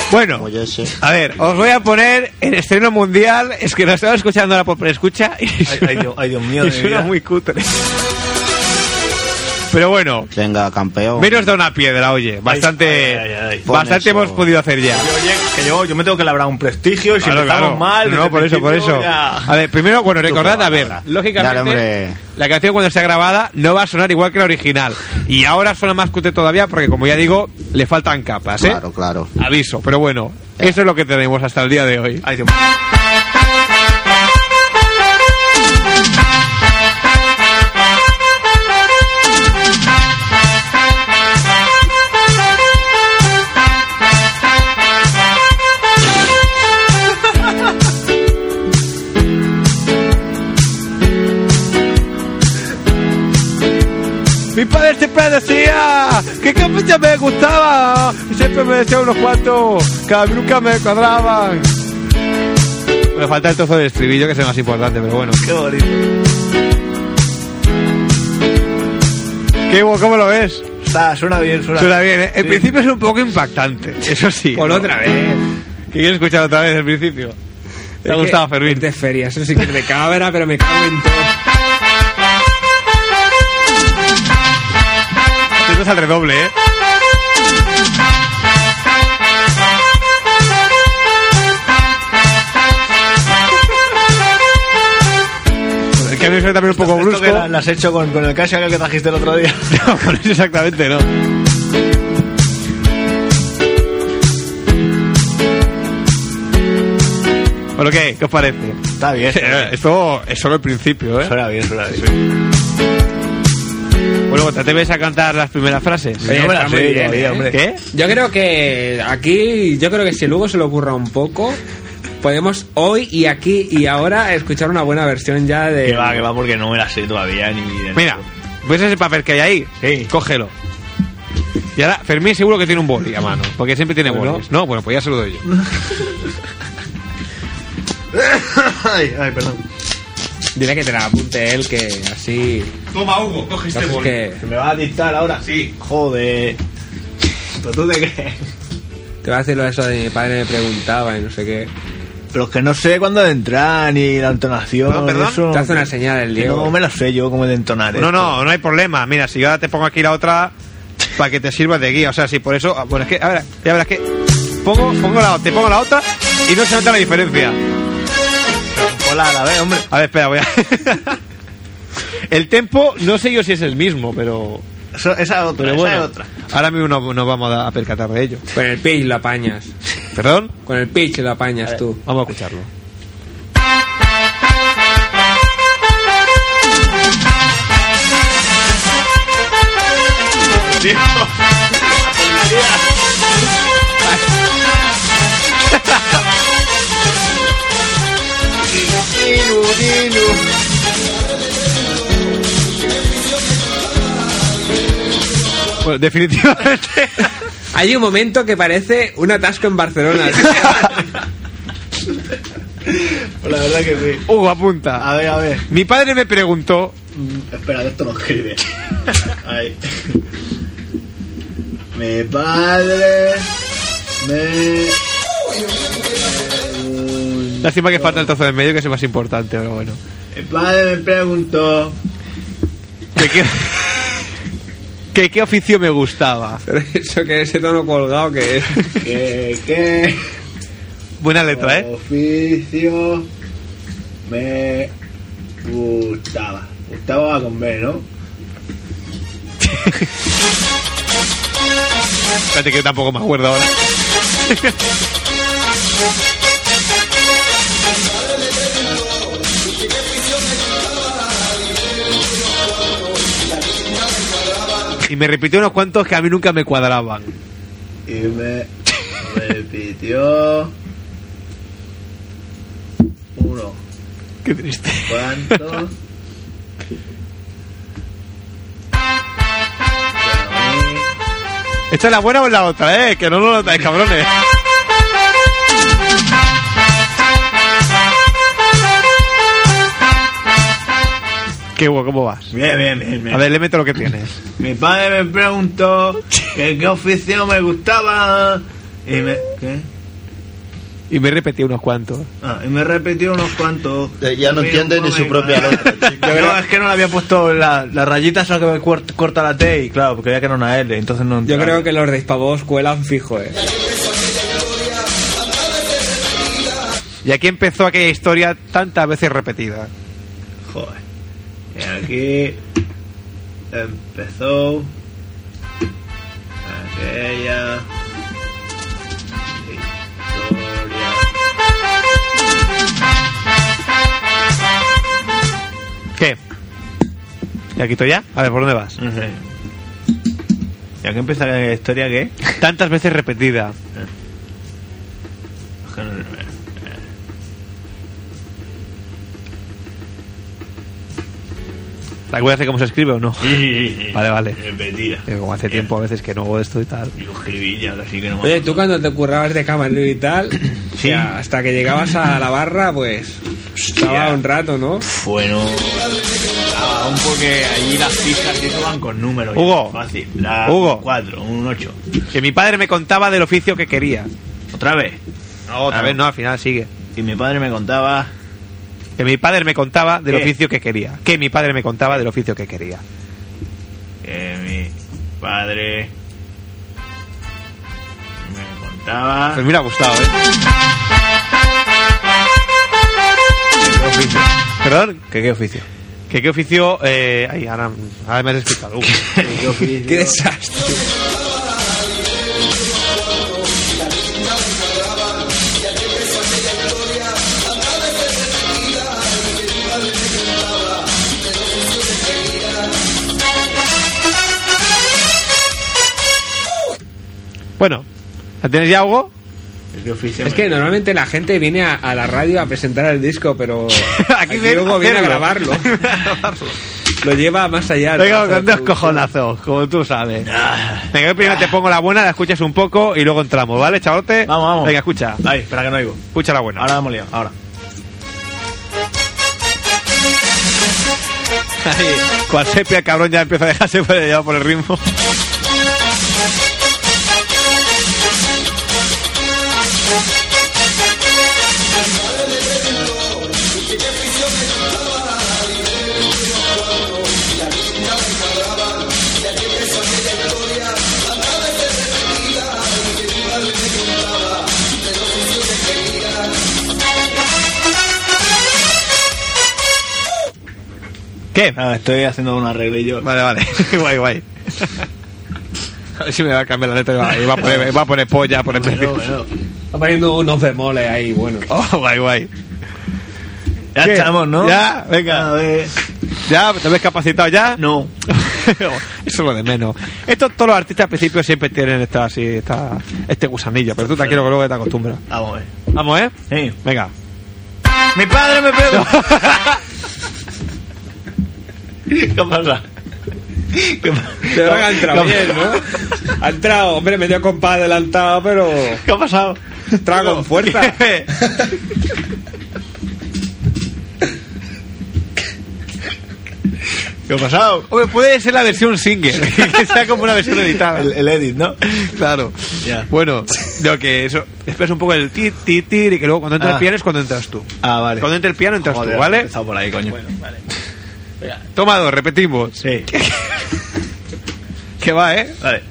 Bueno, a ver, os voy a poner en estreno mundial. Es que lo estaba escuchando ahora por escucha y Ay, ay, Dios, ay, Dios mío. y de suena vida. muy cutre. Pero bueno, Venga, campeón. menos da una piedra, oye. Bastante, ay, ay, ay. bastante Pon hemos eso. podido hacer ya. Oye, que yo, yo me tengo que labrar un prestigio y si Claro, empezamos claro. mal... No, desde por el eso, por principio eso. ya- A ver, primero, bueno, recordad, a ver, lógicamente, Dale, hombre. la canción cuando está grabada no va a sonar igual que la original. Y ahora suena más cutre todavía porque, como ya digo, le faltan capas, ¿eh? Claro, claro. Aviso, pero bueno, eso es lo que tenemos hasta el día de hoy. Ay, Dios mío. Mi padre siempre decía que ya me gustaba. Y siempre me decía unos cuantos que a mí nunca me cuadraban. Me falta el trozo del estribillo, que es el más importante, pero bueno. Qué bonito. ¿Qué, ¿Cómo lo ves? Está, suena bien, suena, Suena bien, ¿eh? En Sí. principio es un poco impactante, eso sí. Pon otra vez. ¿Qué quieres escuchar otra vez el principio? ¿Te ha Es gustado, que Fermín? es de feria, eso sí que es de cabra, pero me cago en todo. Esto es al redoble, ¿eh? El cambio suena también un poco Esto brusco. que la, la has hecho con, con el Casio que trajiste el otro día. No, con eso exactamente no. Bueno, ¿qué? ¿Qué os parece? Está bien. Está bien. Esto es solo el principio, ¿eh? Suena bien, suena bien. Bueno, ¿te atreves a cantar las primeras frases? Oye, No me la está muy sé bien, todavía, ¿eh? hombre. ¿Qué? Yo creo que aquí, yo creo que si luego se le ocurra un poco, podemos hoy y aquí y ahora escuchar una buena versión ya de... Que va, que va, porque no me la sé todavía ni de Mira, ¿ves ese papel que hay ahí? Sí. Cógelo. Y ahora, Fermín seguro que tiene un boli a mano, porque siempre tiene Bueno. bolis. No, bueno, pues ya se lo doy yo. ay, ay, perdón. Dile que te la apunte él, que así... Toma, Hugo, coge este Así boli. que ¿Que me va a dictar ahora? Sí. Joder. ¿Pero tú te crees? te va a decir lo de eso de mi padre me preguntaba y no sé qué. Pero es que no sé cuándo de entrar ni la entonación. No, perdón. Eso, Te hace una señal el que Diego. no me la sé yo cómo de entonar. No, esto. no, no hay problema. Mira, si yo ahora te pongo aquí la otra para que te sirva de guía. O sea, si por eso... Bueno, es que, a ver, ya verás que... Pongo, pongo la, te pongo la otra y no se nota la diferencia. Hola, a ver, hombre. A ver, espera, voy a... El tempo, no sé yo si es el mismo, pero... Eso- esa otra, Pero esa bueno, es otra. ahora mismo no- nos vamos a percatar de ello. Con el pitch lo apañas. ¿Perdón? Con el pitch lo apañas tú. Vamos a escucharlo. Bueno, definitivamente. Hay un momento que parece un atasco en Barcelona. Pues la verdad que sí. Hugo, apunta. A ver, a ver. Mi padre me preguntó... Espera, que esto no escribe. Ahí. Mi padre me... Lástima que falta el trozo de en medio, que es el más importante, pero bueno. Mi padre me preguntó... ¿Que qué, que qué oficio me gustaba? Pero eso que ese tono colgado que es. Que... que... Buena letra, ¿eh? Oficio me gustaba. Gustaba va con B, ¿no? Espérate que yo tampoco me acuerdo ahora. Y me repitió unos cuantos que a mí nunca me cuadraban. Y me repitió... Uno. Qué triste. ¿Cuánto? ¿Esta es la buena o es la otra, eh? Que no lo notáis, cabrones. Qué guapo, ¿cómo vas? Bien, bien, bien, bien. A ver, le meto lo que tienes. Mi padre me preguntó que qué oficio me gustaba. Y me... ¿Qué? Y me repetí unos cuantos. Ah, y me repetió unos cuantos. Eh, ya no entiende ni su propia letra. No, es que no le había puesto la, la rayita esa que me cuort- corta la T y claro, porque veía que era una L, entonces no. Yo creo que los de Hispavox cuelan fijo, eh. Y aquí empezó aquella historia tantas veces repetida. Joder. Y aquí empezó aquella historia. ¿Qué? ¿Ya quito ya? A ver, ¿por dónde vas? No sé. ¿Y aquí empieza la historia qué? Tantas veces repetida. ¿Te acuerdas de cómo se escribe o no? Sí, sí, sí. Vale, vale. Repetida. Eh, Como hace tiempo a veces que no hago esto y tal. Yo escribí ya, ahora sí que no me Oye, tú cuando te currabas de camarero y tal, o sea, hasta que llegabas a la barra, pues estaba un rato, ¿no? Bueno, aún porque allí las fijas y eso van con números. Hugo, Fácil. La Hugo. cuatro, un ocho. Que mi padre me contaba del oficio que quería. ¿Otra vez? No, otra Ah, vez no, al final sigue. Y mi padre me contaba... Que mi padre me contaba del ¿Qué? oficio que quería. Que mi padre me contaba del oficio que quería. Que mi padre me contaba... Pues me ha gustado, ¿eh? ¿Qué oficio? ¿Perdón? ¿Qué, qué oficio? ¿Que qué oficio? Eh, ay, ahora, ahora me has explicado. Hugo. ¿Qué oficio? ¡Qué desastre! Bueno, ¿la tienes ya, Hugo? ¿Qué oficio? Es que normalmente la gente viene a, a la radio a presentar el disco, pero aquí, viene Hugo a viene a hacerlo. grabarlo. Lo lleva más allá. Venga, ¿no? con dos cojonazos, como tú sabes. Venga, yo primero te pongo la buena, la escuchas un poco y luego entramos, ¿vale, chavalote? Vamos, vamos. Venga, escucha. Ay, espera que no oigo. Escucha la buena. Ahora hemos liado, ahora. Ahí, cual sepia, el cabrón ya empieza a dejarse por el, por el ritmo. ¿Qué? Ah, estoy haciendo un arreglillo. Vale, vale. Guay, guay. A ver si me va a cambiar la letra y va, y va a poner, va a poner polla, por el Bueno, bueno. Está poniendo unos bemoles ahí, bueno. Oh, guay, guay. Ya ¿Qué? estamos, ¿no? Ya, venga. A ver. ¿Ya? ¿Te ves capacitado ya? No. Eso es lo de menos. Esto, todos los artistas al principio siempre tienen esta, así, esta, este gusanillo, pero tú tranquilo que luego te acostumbras. Vamos a ver. Vamos, ¿eh? Sí. Venga. Mi padre me pegó. ¿Qué pasa? ¿Qué pasa? Te van a entrar bien, ¿no? Ha entrado, hombre, medio compás adelantado, pero... ¿Qué ha pasado? Trago con fuerza. ¿Qué ha pasado? Hombre, puede ser la versión single, que sea como una versión editada. El, el edit, ¿no? Claro. Ya. Bueno, lo que eso, esperas un poco el ti, ti, ti, y que luego cuando entra Ah. el piano es cuando entras tú. Ah, vale. Cuando entra el piano entras Joder, tú, ¿vale? he empezado por ahí, coño. Vale. Toma dos, repetimos. Sí. Que va, ¿eh? Vale.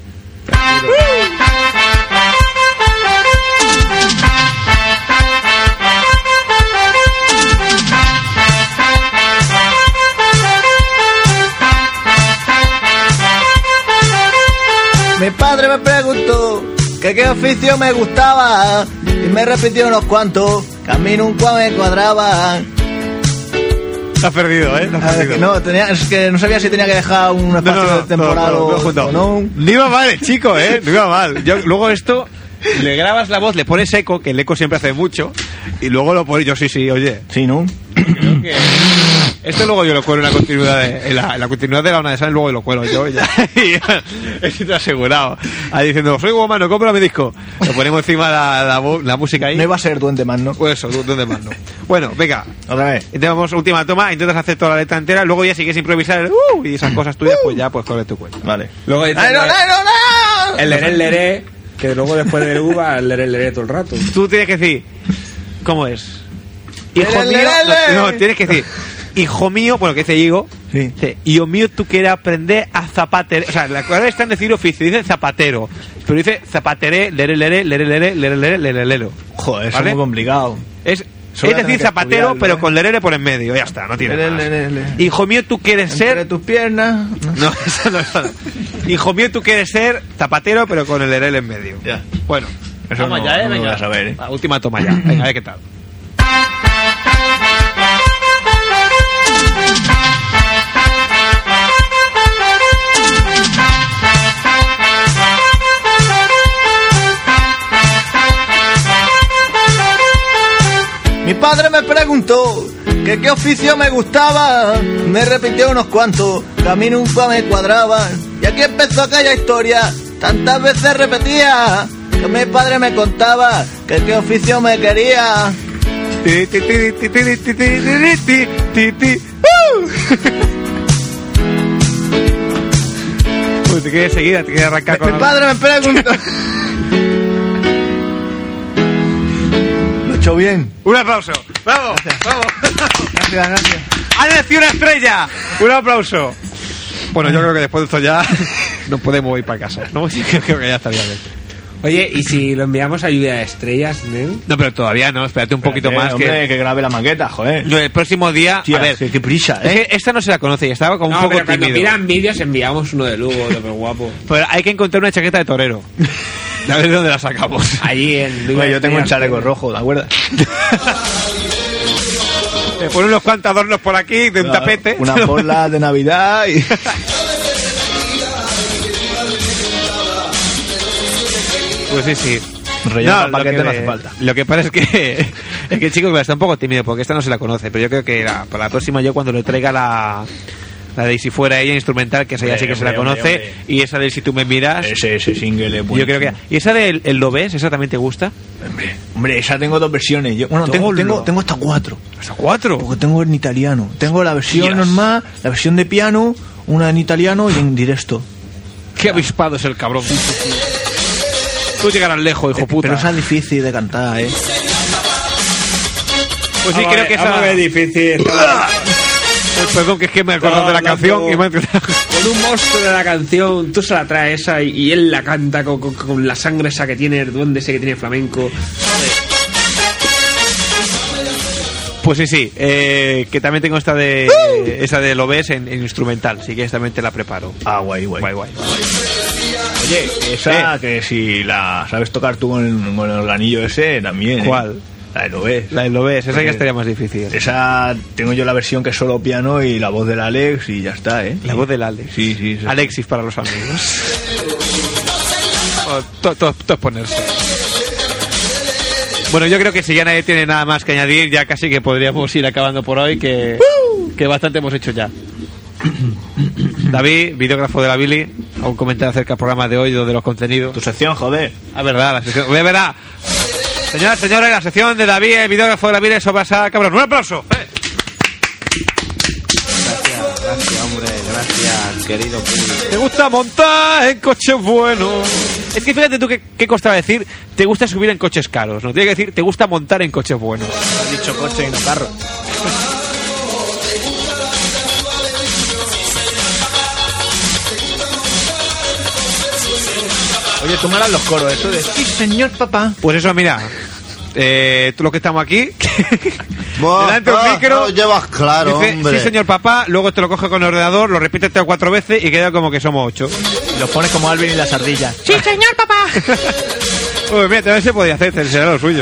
Mi padre me preguntó que qué oficio me gustaba y me repitió unos cuantos que a mí nunca me cuadraban. Te has perdido, ¿eh? Te has A ver, perdido. que no, tenía, es que no sabía si tenía que dejar un No, espacio no, no, temporal no, no, o, no he juntado. o no. No iba mal el chico, ¿eh? No iba mal. Yo, luego esto, le grabas la voz, le pones eco, que el eco siempre hace mucho, y luego lo pones yo, sí, sí, oye. Sí, ¿no? Creo que esto luego yo lo cuelo en la continuidad de, en la, en la continuidad de la una de San, luego lo cuelo yo ya. Y ya, estoy asegurado. Ahí diciendo, soy Guamano, compra mi disco. Lo ponemos encima la, la, vo- la música ahí. No iba a ser Duende Man, ¿no? Pues eso, ¿dónde más no? Bueno, venga. Otra vez. Tenemos última toma, intentas hacer toda la letra entera, luego ya si quieres improvisar el uh, y esas cosas tuyas, pues ya pues corre tu cuenta. Vale. Luego ¡Ay, no, no, no, no! el leré, el leré, que luego después del U va el leré, el leré todo el rato. Tú tienes que decir, ¿Cómo es? Hijo Lele, mío... lele. No, tienes que decir... Hijo mío, bueno, que dice Higo, Sí. dice, hijo mío, tú quieres aprender a zapater... O sea, la clave está en decir oficio, dice zapatero, pero dice zapateré, lere, lere, lere, lere, lere, lere, lere, lero. Joder, eso ¿Vale? es muy complicado. Es, Eso es voy a tener decir que zapatero, estudiarlo, pero ¿eh? con lerere por en medio, ya está, no tiene Lele, más. lele, lele. Hijo mío, tú quieres Entre ser... tus piernas. No, eso no, eso no. Hijo mío, tú quieres ser zapatero, pero con el lerere en medio. Ya. Bueno, Eso vamos no, ya, eh, no lo venga. voy a saber, ¿eh? La última toma ya, venga, a ver qué tal. Mi padre me preguntó que qué oficio me gustaba. Me repitió unos cuantos, que a mí nunca me cuadraban. Y aquí empezó aquella historia, tantas veces repetía, que mi padre me contaba que qué oficio me quería. Ti, ti, ti, ti, ti, ti, ti, ti, ti, ti, ti. ¡Uh! Uy, te quieres seguir, te quieres arrancar con... Mi padre me preguntó. Lo he hecho bien. Un aplauso. ¡Bravo! ¡Bravo! Gracias, gracias. ¡Ha nacido una estrella! ¡Un aplauso! Bueno, yo creo que después de esto ya nos podemos ir para casa, ¿no? Sí, creo que ya estaría bien. Oye, ¿y si lo enviamos a lluvia de estrellas, Neu? No, pero todavía no, espérate un poquito Espérate, más. hombre, que... que grabe la maqueta, joder. No, el próximo día, Tía, a ver, qué, qué prisa, es ¿eh? que esta no se la conoce y estaba como No, un poco pero cuando tímido. pidan vídeos enviamos uno de Lugo, súper guapo. Pero hay que encontrar una chaqueta de torero. A ver de dónde la sacamos. Allí en... Oye, yo tengo un chaleco rojo, ¿te acuerdas? Me ponen unos cuantos adornos por aquí de un Claro, tapete. Una borla de Navidad y... Pues sí, sí. Relleno el lo paquete que- no hace falta. Lo que pasa es que es que el chico está un poco tímido porque esta no se la conoce, pero yo creo que la, para la próxima yo cuando le traiga la la de Si Fuera Ella instrumental, que esa ya Hombre, sí que se la hombre, conoce, hombre, y esa de Si Tú Me Miras, Ese, ese single es yo creo que buenísimo. y esa del el Lo Ves, esa también te gusta. Hombre, hombre, esa tengo dos versiones. Yo, bueno, tengo, Tolo. tengo, tengo hasta cuatro. Hasta cuatro. Porque tengo en italiano. Tengo la versión Dios. normal, la versión de piano, una en italiano y en directo. Qué avispado es el cabrón. Tú llegarás lejos, hijo puta. Pero esa es difícil de cantar, ¿eh? Pues sí, creo que esa es difícil. Pues perdón, que es que me he acordado de la canción y me ha- Con un monstruo de la canción, tú se la traes esa y, y él la canta con, con- con la sangre esa que tiene, el duende ese que tiene flamenco. Pues sí, sí, eh, que también tengo esta de esa de Lo Ves en, en instrumental, sí que esta también te la preparo. Ah, guay, guay. Guay, guay. Oye, esa que si la sabes tocar tú con el, con el organillo ese, también. ¿eh? ¿Cuál? La de Lo Ves. La de Lo Ves, esa Porque ya estaría más difícil. Esa tengo yo la versión que es solo piano y la voz del Alex y ya está, ¿eh? La voz del Alex. Sí, sí. sí. Alexis para los amigos. Oh, to- to- to es ponerse. Bueno, yo creo que si ya nadie tiene nada más que añadir, ya casi que podríamos ir acabando por hoy, que, que bastante hemos hecho ya. David, videógrafo de la Billy, a un comentario acerca del programa de hoy, de los contenidos. Tu sección, joder. Ah, verdad, la sección. Ve, verá. Señoras, señores, la sección de David, el videógrafo de la Billy, sobre esa cabrón. ¡Un aplauso! ¡Eh! Gracias, gracias, hombre, gracias, querido público. ¿Te gusta montar en coches buenos? Es que fíjate tú qué, qué costaba decir, te gusta subir en coches caros, ¿no? Tiene que decir, te gusta montar en coches buenos. Has dicho coche y no carro. Oye, tú me harás los coros, eso de sí, señor papá. Pues eso, mira, eh, tú los que estamos aquí, Buah, delante del ah, micro, lo llevas claro, dice, hombre. sí señor papá, luego te lo coge con el ordenador, lo repites tres o cuatro veces y queda como que somos ocho. Y los pones como Alvin y las ardillas. Sí, señor papá. Uy, mira, también se podía hacer, será lo suyo.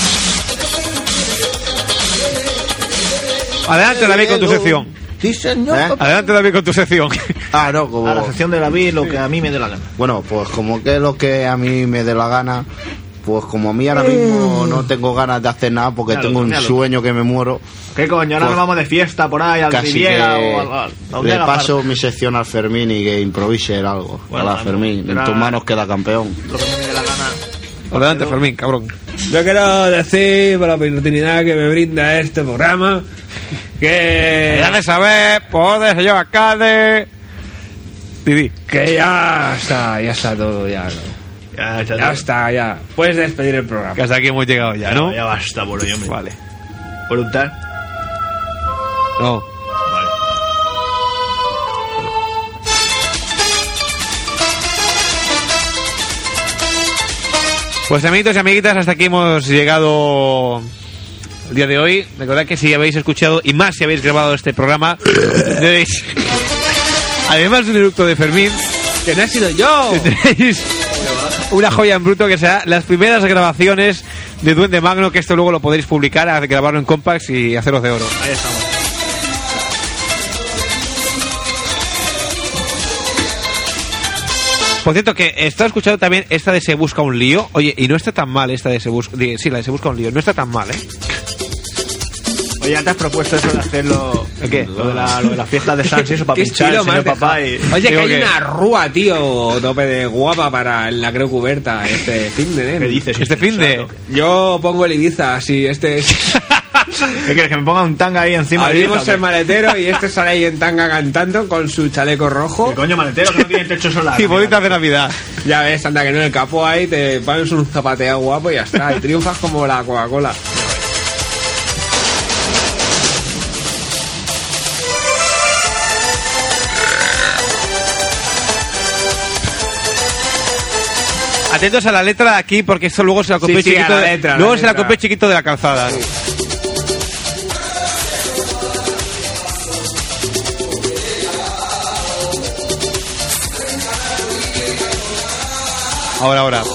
Adelante, David, con tu sección. Sí, señor ¿Eh? papá. Adelante, David, con tu sección. Ah, no, como... A la sección de David, lo que a mí me dé la gana. Bueno, pues como que es lo que a mí me dé la gana, pues como a mí ahora mismo no tengo ganas de hacer nada porque Míralo, tengo un míralo. sueño que me muero, ¿Qué coño? Ahora Pues, nos vamos de fiesta por ahí, al casi Riviera que o al... al- donde le haga paso falta. mi sección al Fermín y que improvise él algo. Bueno, a la Fermín, en será- tus manos queda campeón. Lo que a mí me dé la gana. Adelante, Fermín, cabrón. Yo quiero decir por la oportunidad que me brinda este programa que Ya de saber, poder, señor alcalde. Didi. que ya está, ya está todo ya. ¿no? Ya, ya, Ya está, ya. Puedes despedir el programa. Que hasta aquí hemos llegado ya, ¿no? Ya basta, boludo, yo me... Vale. ¿Puedo untar? No. Vale. Pues amiguitos y amiguitas, hasta aquí hemos llegado el día de hoy. Recordad que si habéis escuchado, y más si habéis grabado este programa, tenéis, además de un eructo de Fermín, ¡que no he sido yo! Tenéis una joya en bruto que será las primeras grabaciones de Duende Magno, que esto luego lo podréis publicar, a grabarlo en Compact y haceros de oro. Ahí estamos. Por cierto, que he estado escuchando también esta de Se Busca un Lío. Oye, y no está tan mal esta de Se Busca... Sí, la de Se Busca un Lío. No está tan mal, ¿eh? Oye, ya te has propuesto eso de hacerlo... ¿El qué? Lo de la, lo de las fiestas de Sans y eso, para ¿Qué pinchar el estilo señor más papá de- y... Oye, que Digo hay que- una rúa, tío, tope de guapa para la creo cubierta este fin de... ¿Qué dices? Este fin de... Yo pongo el Ibiza, así, este... ¿Qué quieres? ¿Que me ponga un tanga ahí encima? de Abrimos Ibiza, el maletero y este sale ahí en tanga cantando con su chaleco rojo. ¿Qué coño maletero que no tiene techo solar? Y bolitas de Navidad. Ya ves, anda que no, el capó ahí, te pones un zapateado guapo y ya está. Y triunfas como la Coca-Cola. Atentos a la letra de aquí, porque esto luego se la copió Sí, sí, chiquito. a la de- letra, a la luego se la letra. copió chiquito de la calzada. Ahora, ahora.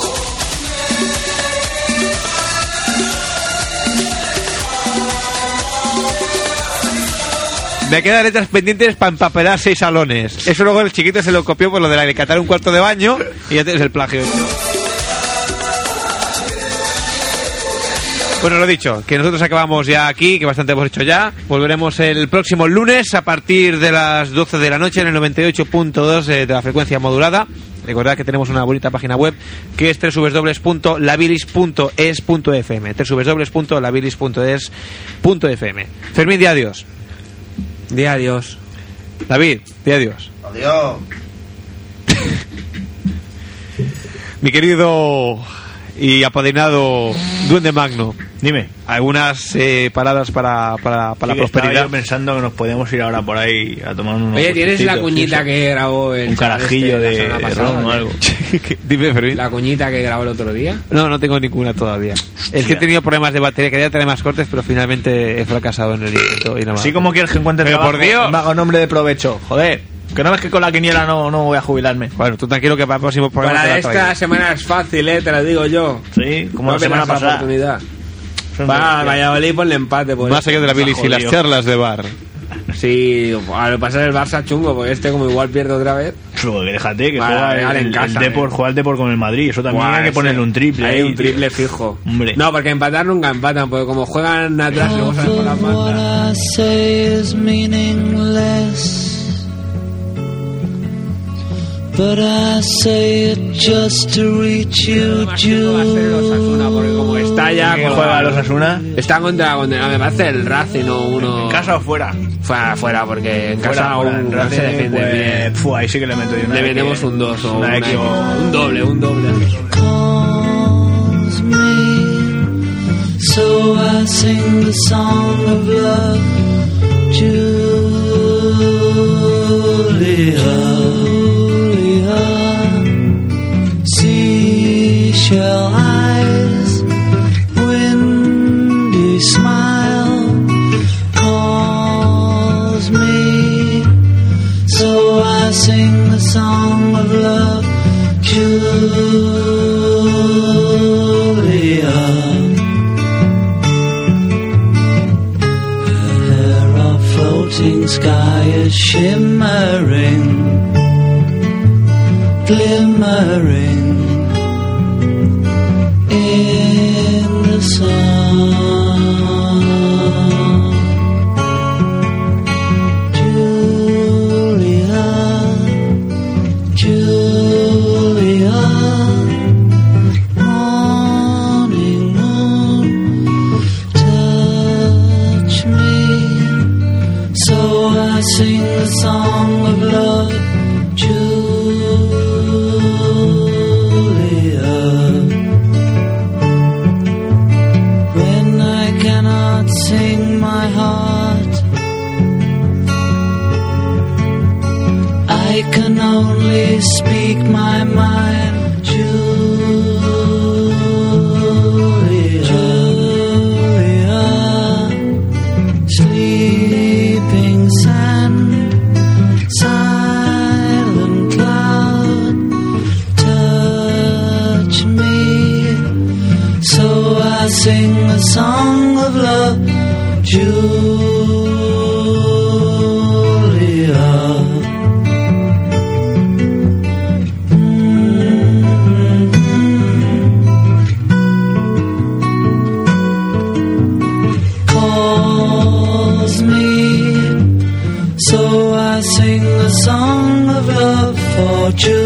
Me quedan letras pendientes para empapelar seis salones. Eso luego el chiquito se lo copió por lo de la de catar un cuarto de baño y ya tienes el plagio hecho. Bueno, lo dicho, que nosotros acabamos ya aquí, que bastante hemos hecho ya. Volveremos el próximo lunes a partir de las doce de la noche en el noventa y ocho punto dos de la frecuencia modulada. Recordad que tenemos una bonita página web que es doble u doble u doble u punto labilis punto es punto efe eme. doble u doble u doble u punto labilis punto es punto efe eme. Fermín, di adiós. Di adiós. David, di adiós. Adiós. Mi querido y apadrinado Duende Magno, Dime. algunas eh, paradas para, para, para Sí, la que estaba prosperidad. yo pensando que nos podíamos ir ahora por ahí a tomar unos Oye, ¿tienes la postecitos, cuñita sí, que grabó el un chaval carajillo este la de semana pasada, ron o ¿no? algo? Dime, Fermín. La cuñita que grabó el otro día. No, no tengo ninguna todavía. Es que he tenido problemas de batería, quería tener más cortes, pero finalmente he fracasado en el intento. Y no me Así ha- como quieres que encuentre Pero trabajo, por Dios. me haga nombre de provecho. Joder, que no ves que con la quiniela no, no voy a jubilarme. Bueno, tú tranquilo que para el próximo programa Para te la esta traigo. semana es fácil, eh, te lo digo yo. Sí, como No la semana pierdas pasada. oportunidad. Son Va, de- Valladolid ponle empate. Pues. Más allá de la bilis y las jodido. charlas de bar. Sí, a lo pasar el Barça chungo, porque este como igual pierde otra vez. Joder, déjate que Vale, juega el, vale, en el casa, Depor, eh. juega el Depor con el Madrid. Eso también Buah, hay que ponerle ese- un triple. Hay ahí, un tío. triple fijo. Hombre. No, porque empatar nunca empatan, porque como juegan atrás y luego salen por las bandas. What I say is meaningless, but I say it just to reach you, Va a ser los Osasuna, porque como está ya ¿Quién con- juega los Asuna? Está contra, contra me parece el Racing o uno. ¿En casa o fuera? Fuera, fuera, porque en Fuera, casa fuera. un En Racing se Racing, defiende pues, bien. fu, ahí sí que le meto yo una Le X, metemos un dos o una una X X. o- Un doble, un doble. calls me, so I sing the song of love, Julia, Julia. Seashell eyes, windy smile, calls me, so I sing the song of love, Julia. Her hair of floating sky is shimmering, glimmering in the sun. Julia, Julia, morning moon, touch me, so I sing the song of love, Julia. can only speak my mind, Julia, Julia, sleeping sand, silent cloud, touch me, so I sing a song of love, Julia. So I sing a song of love for Julia.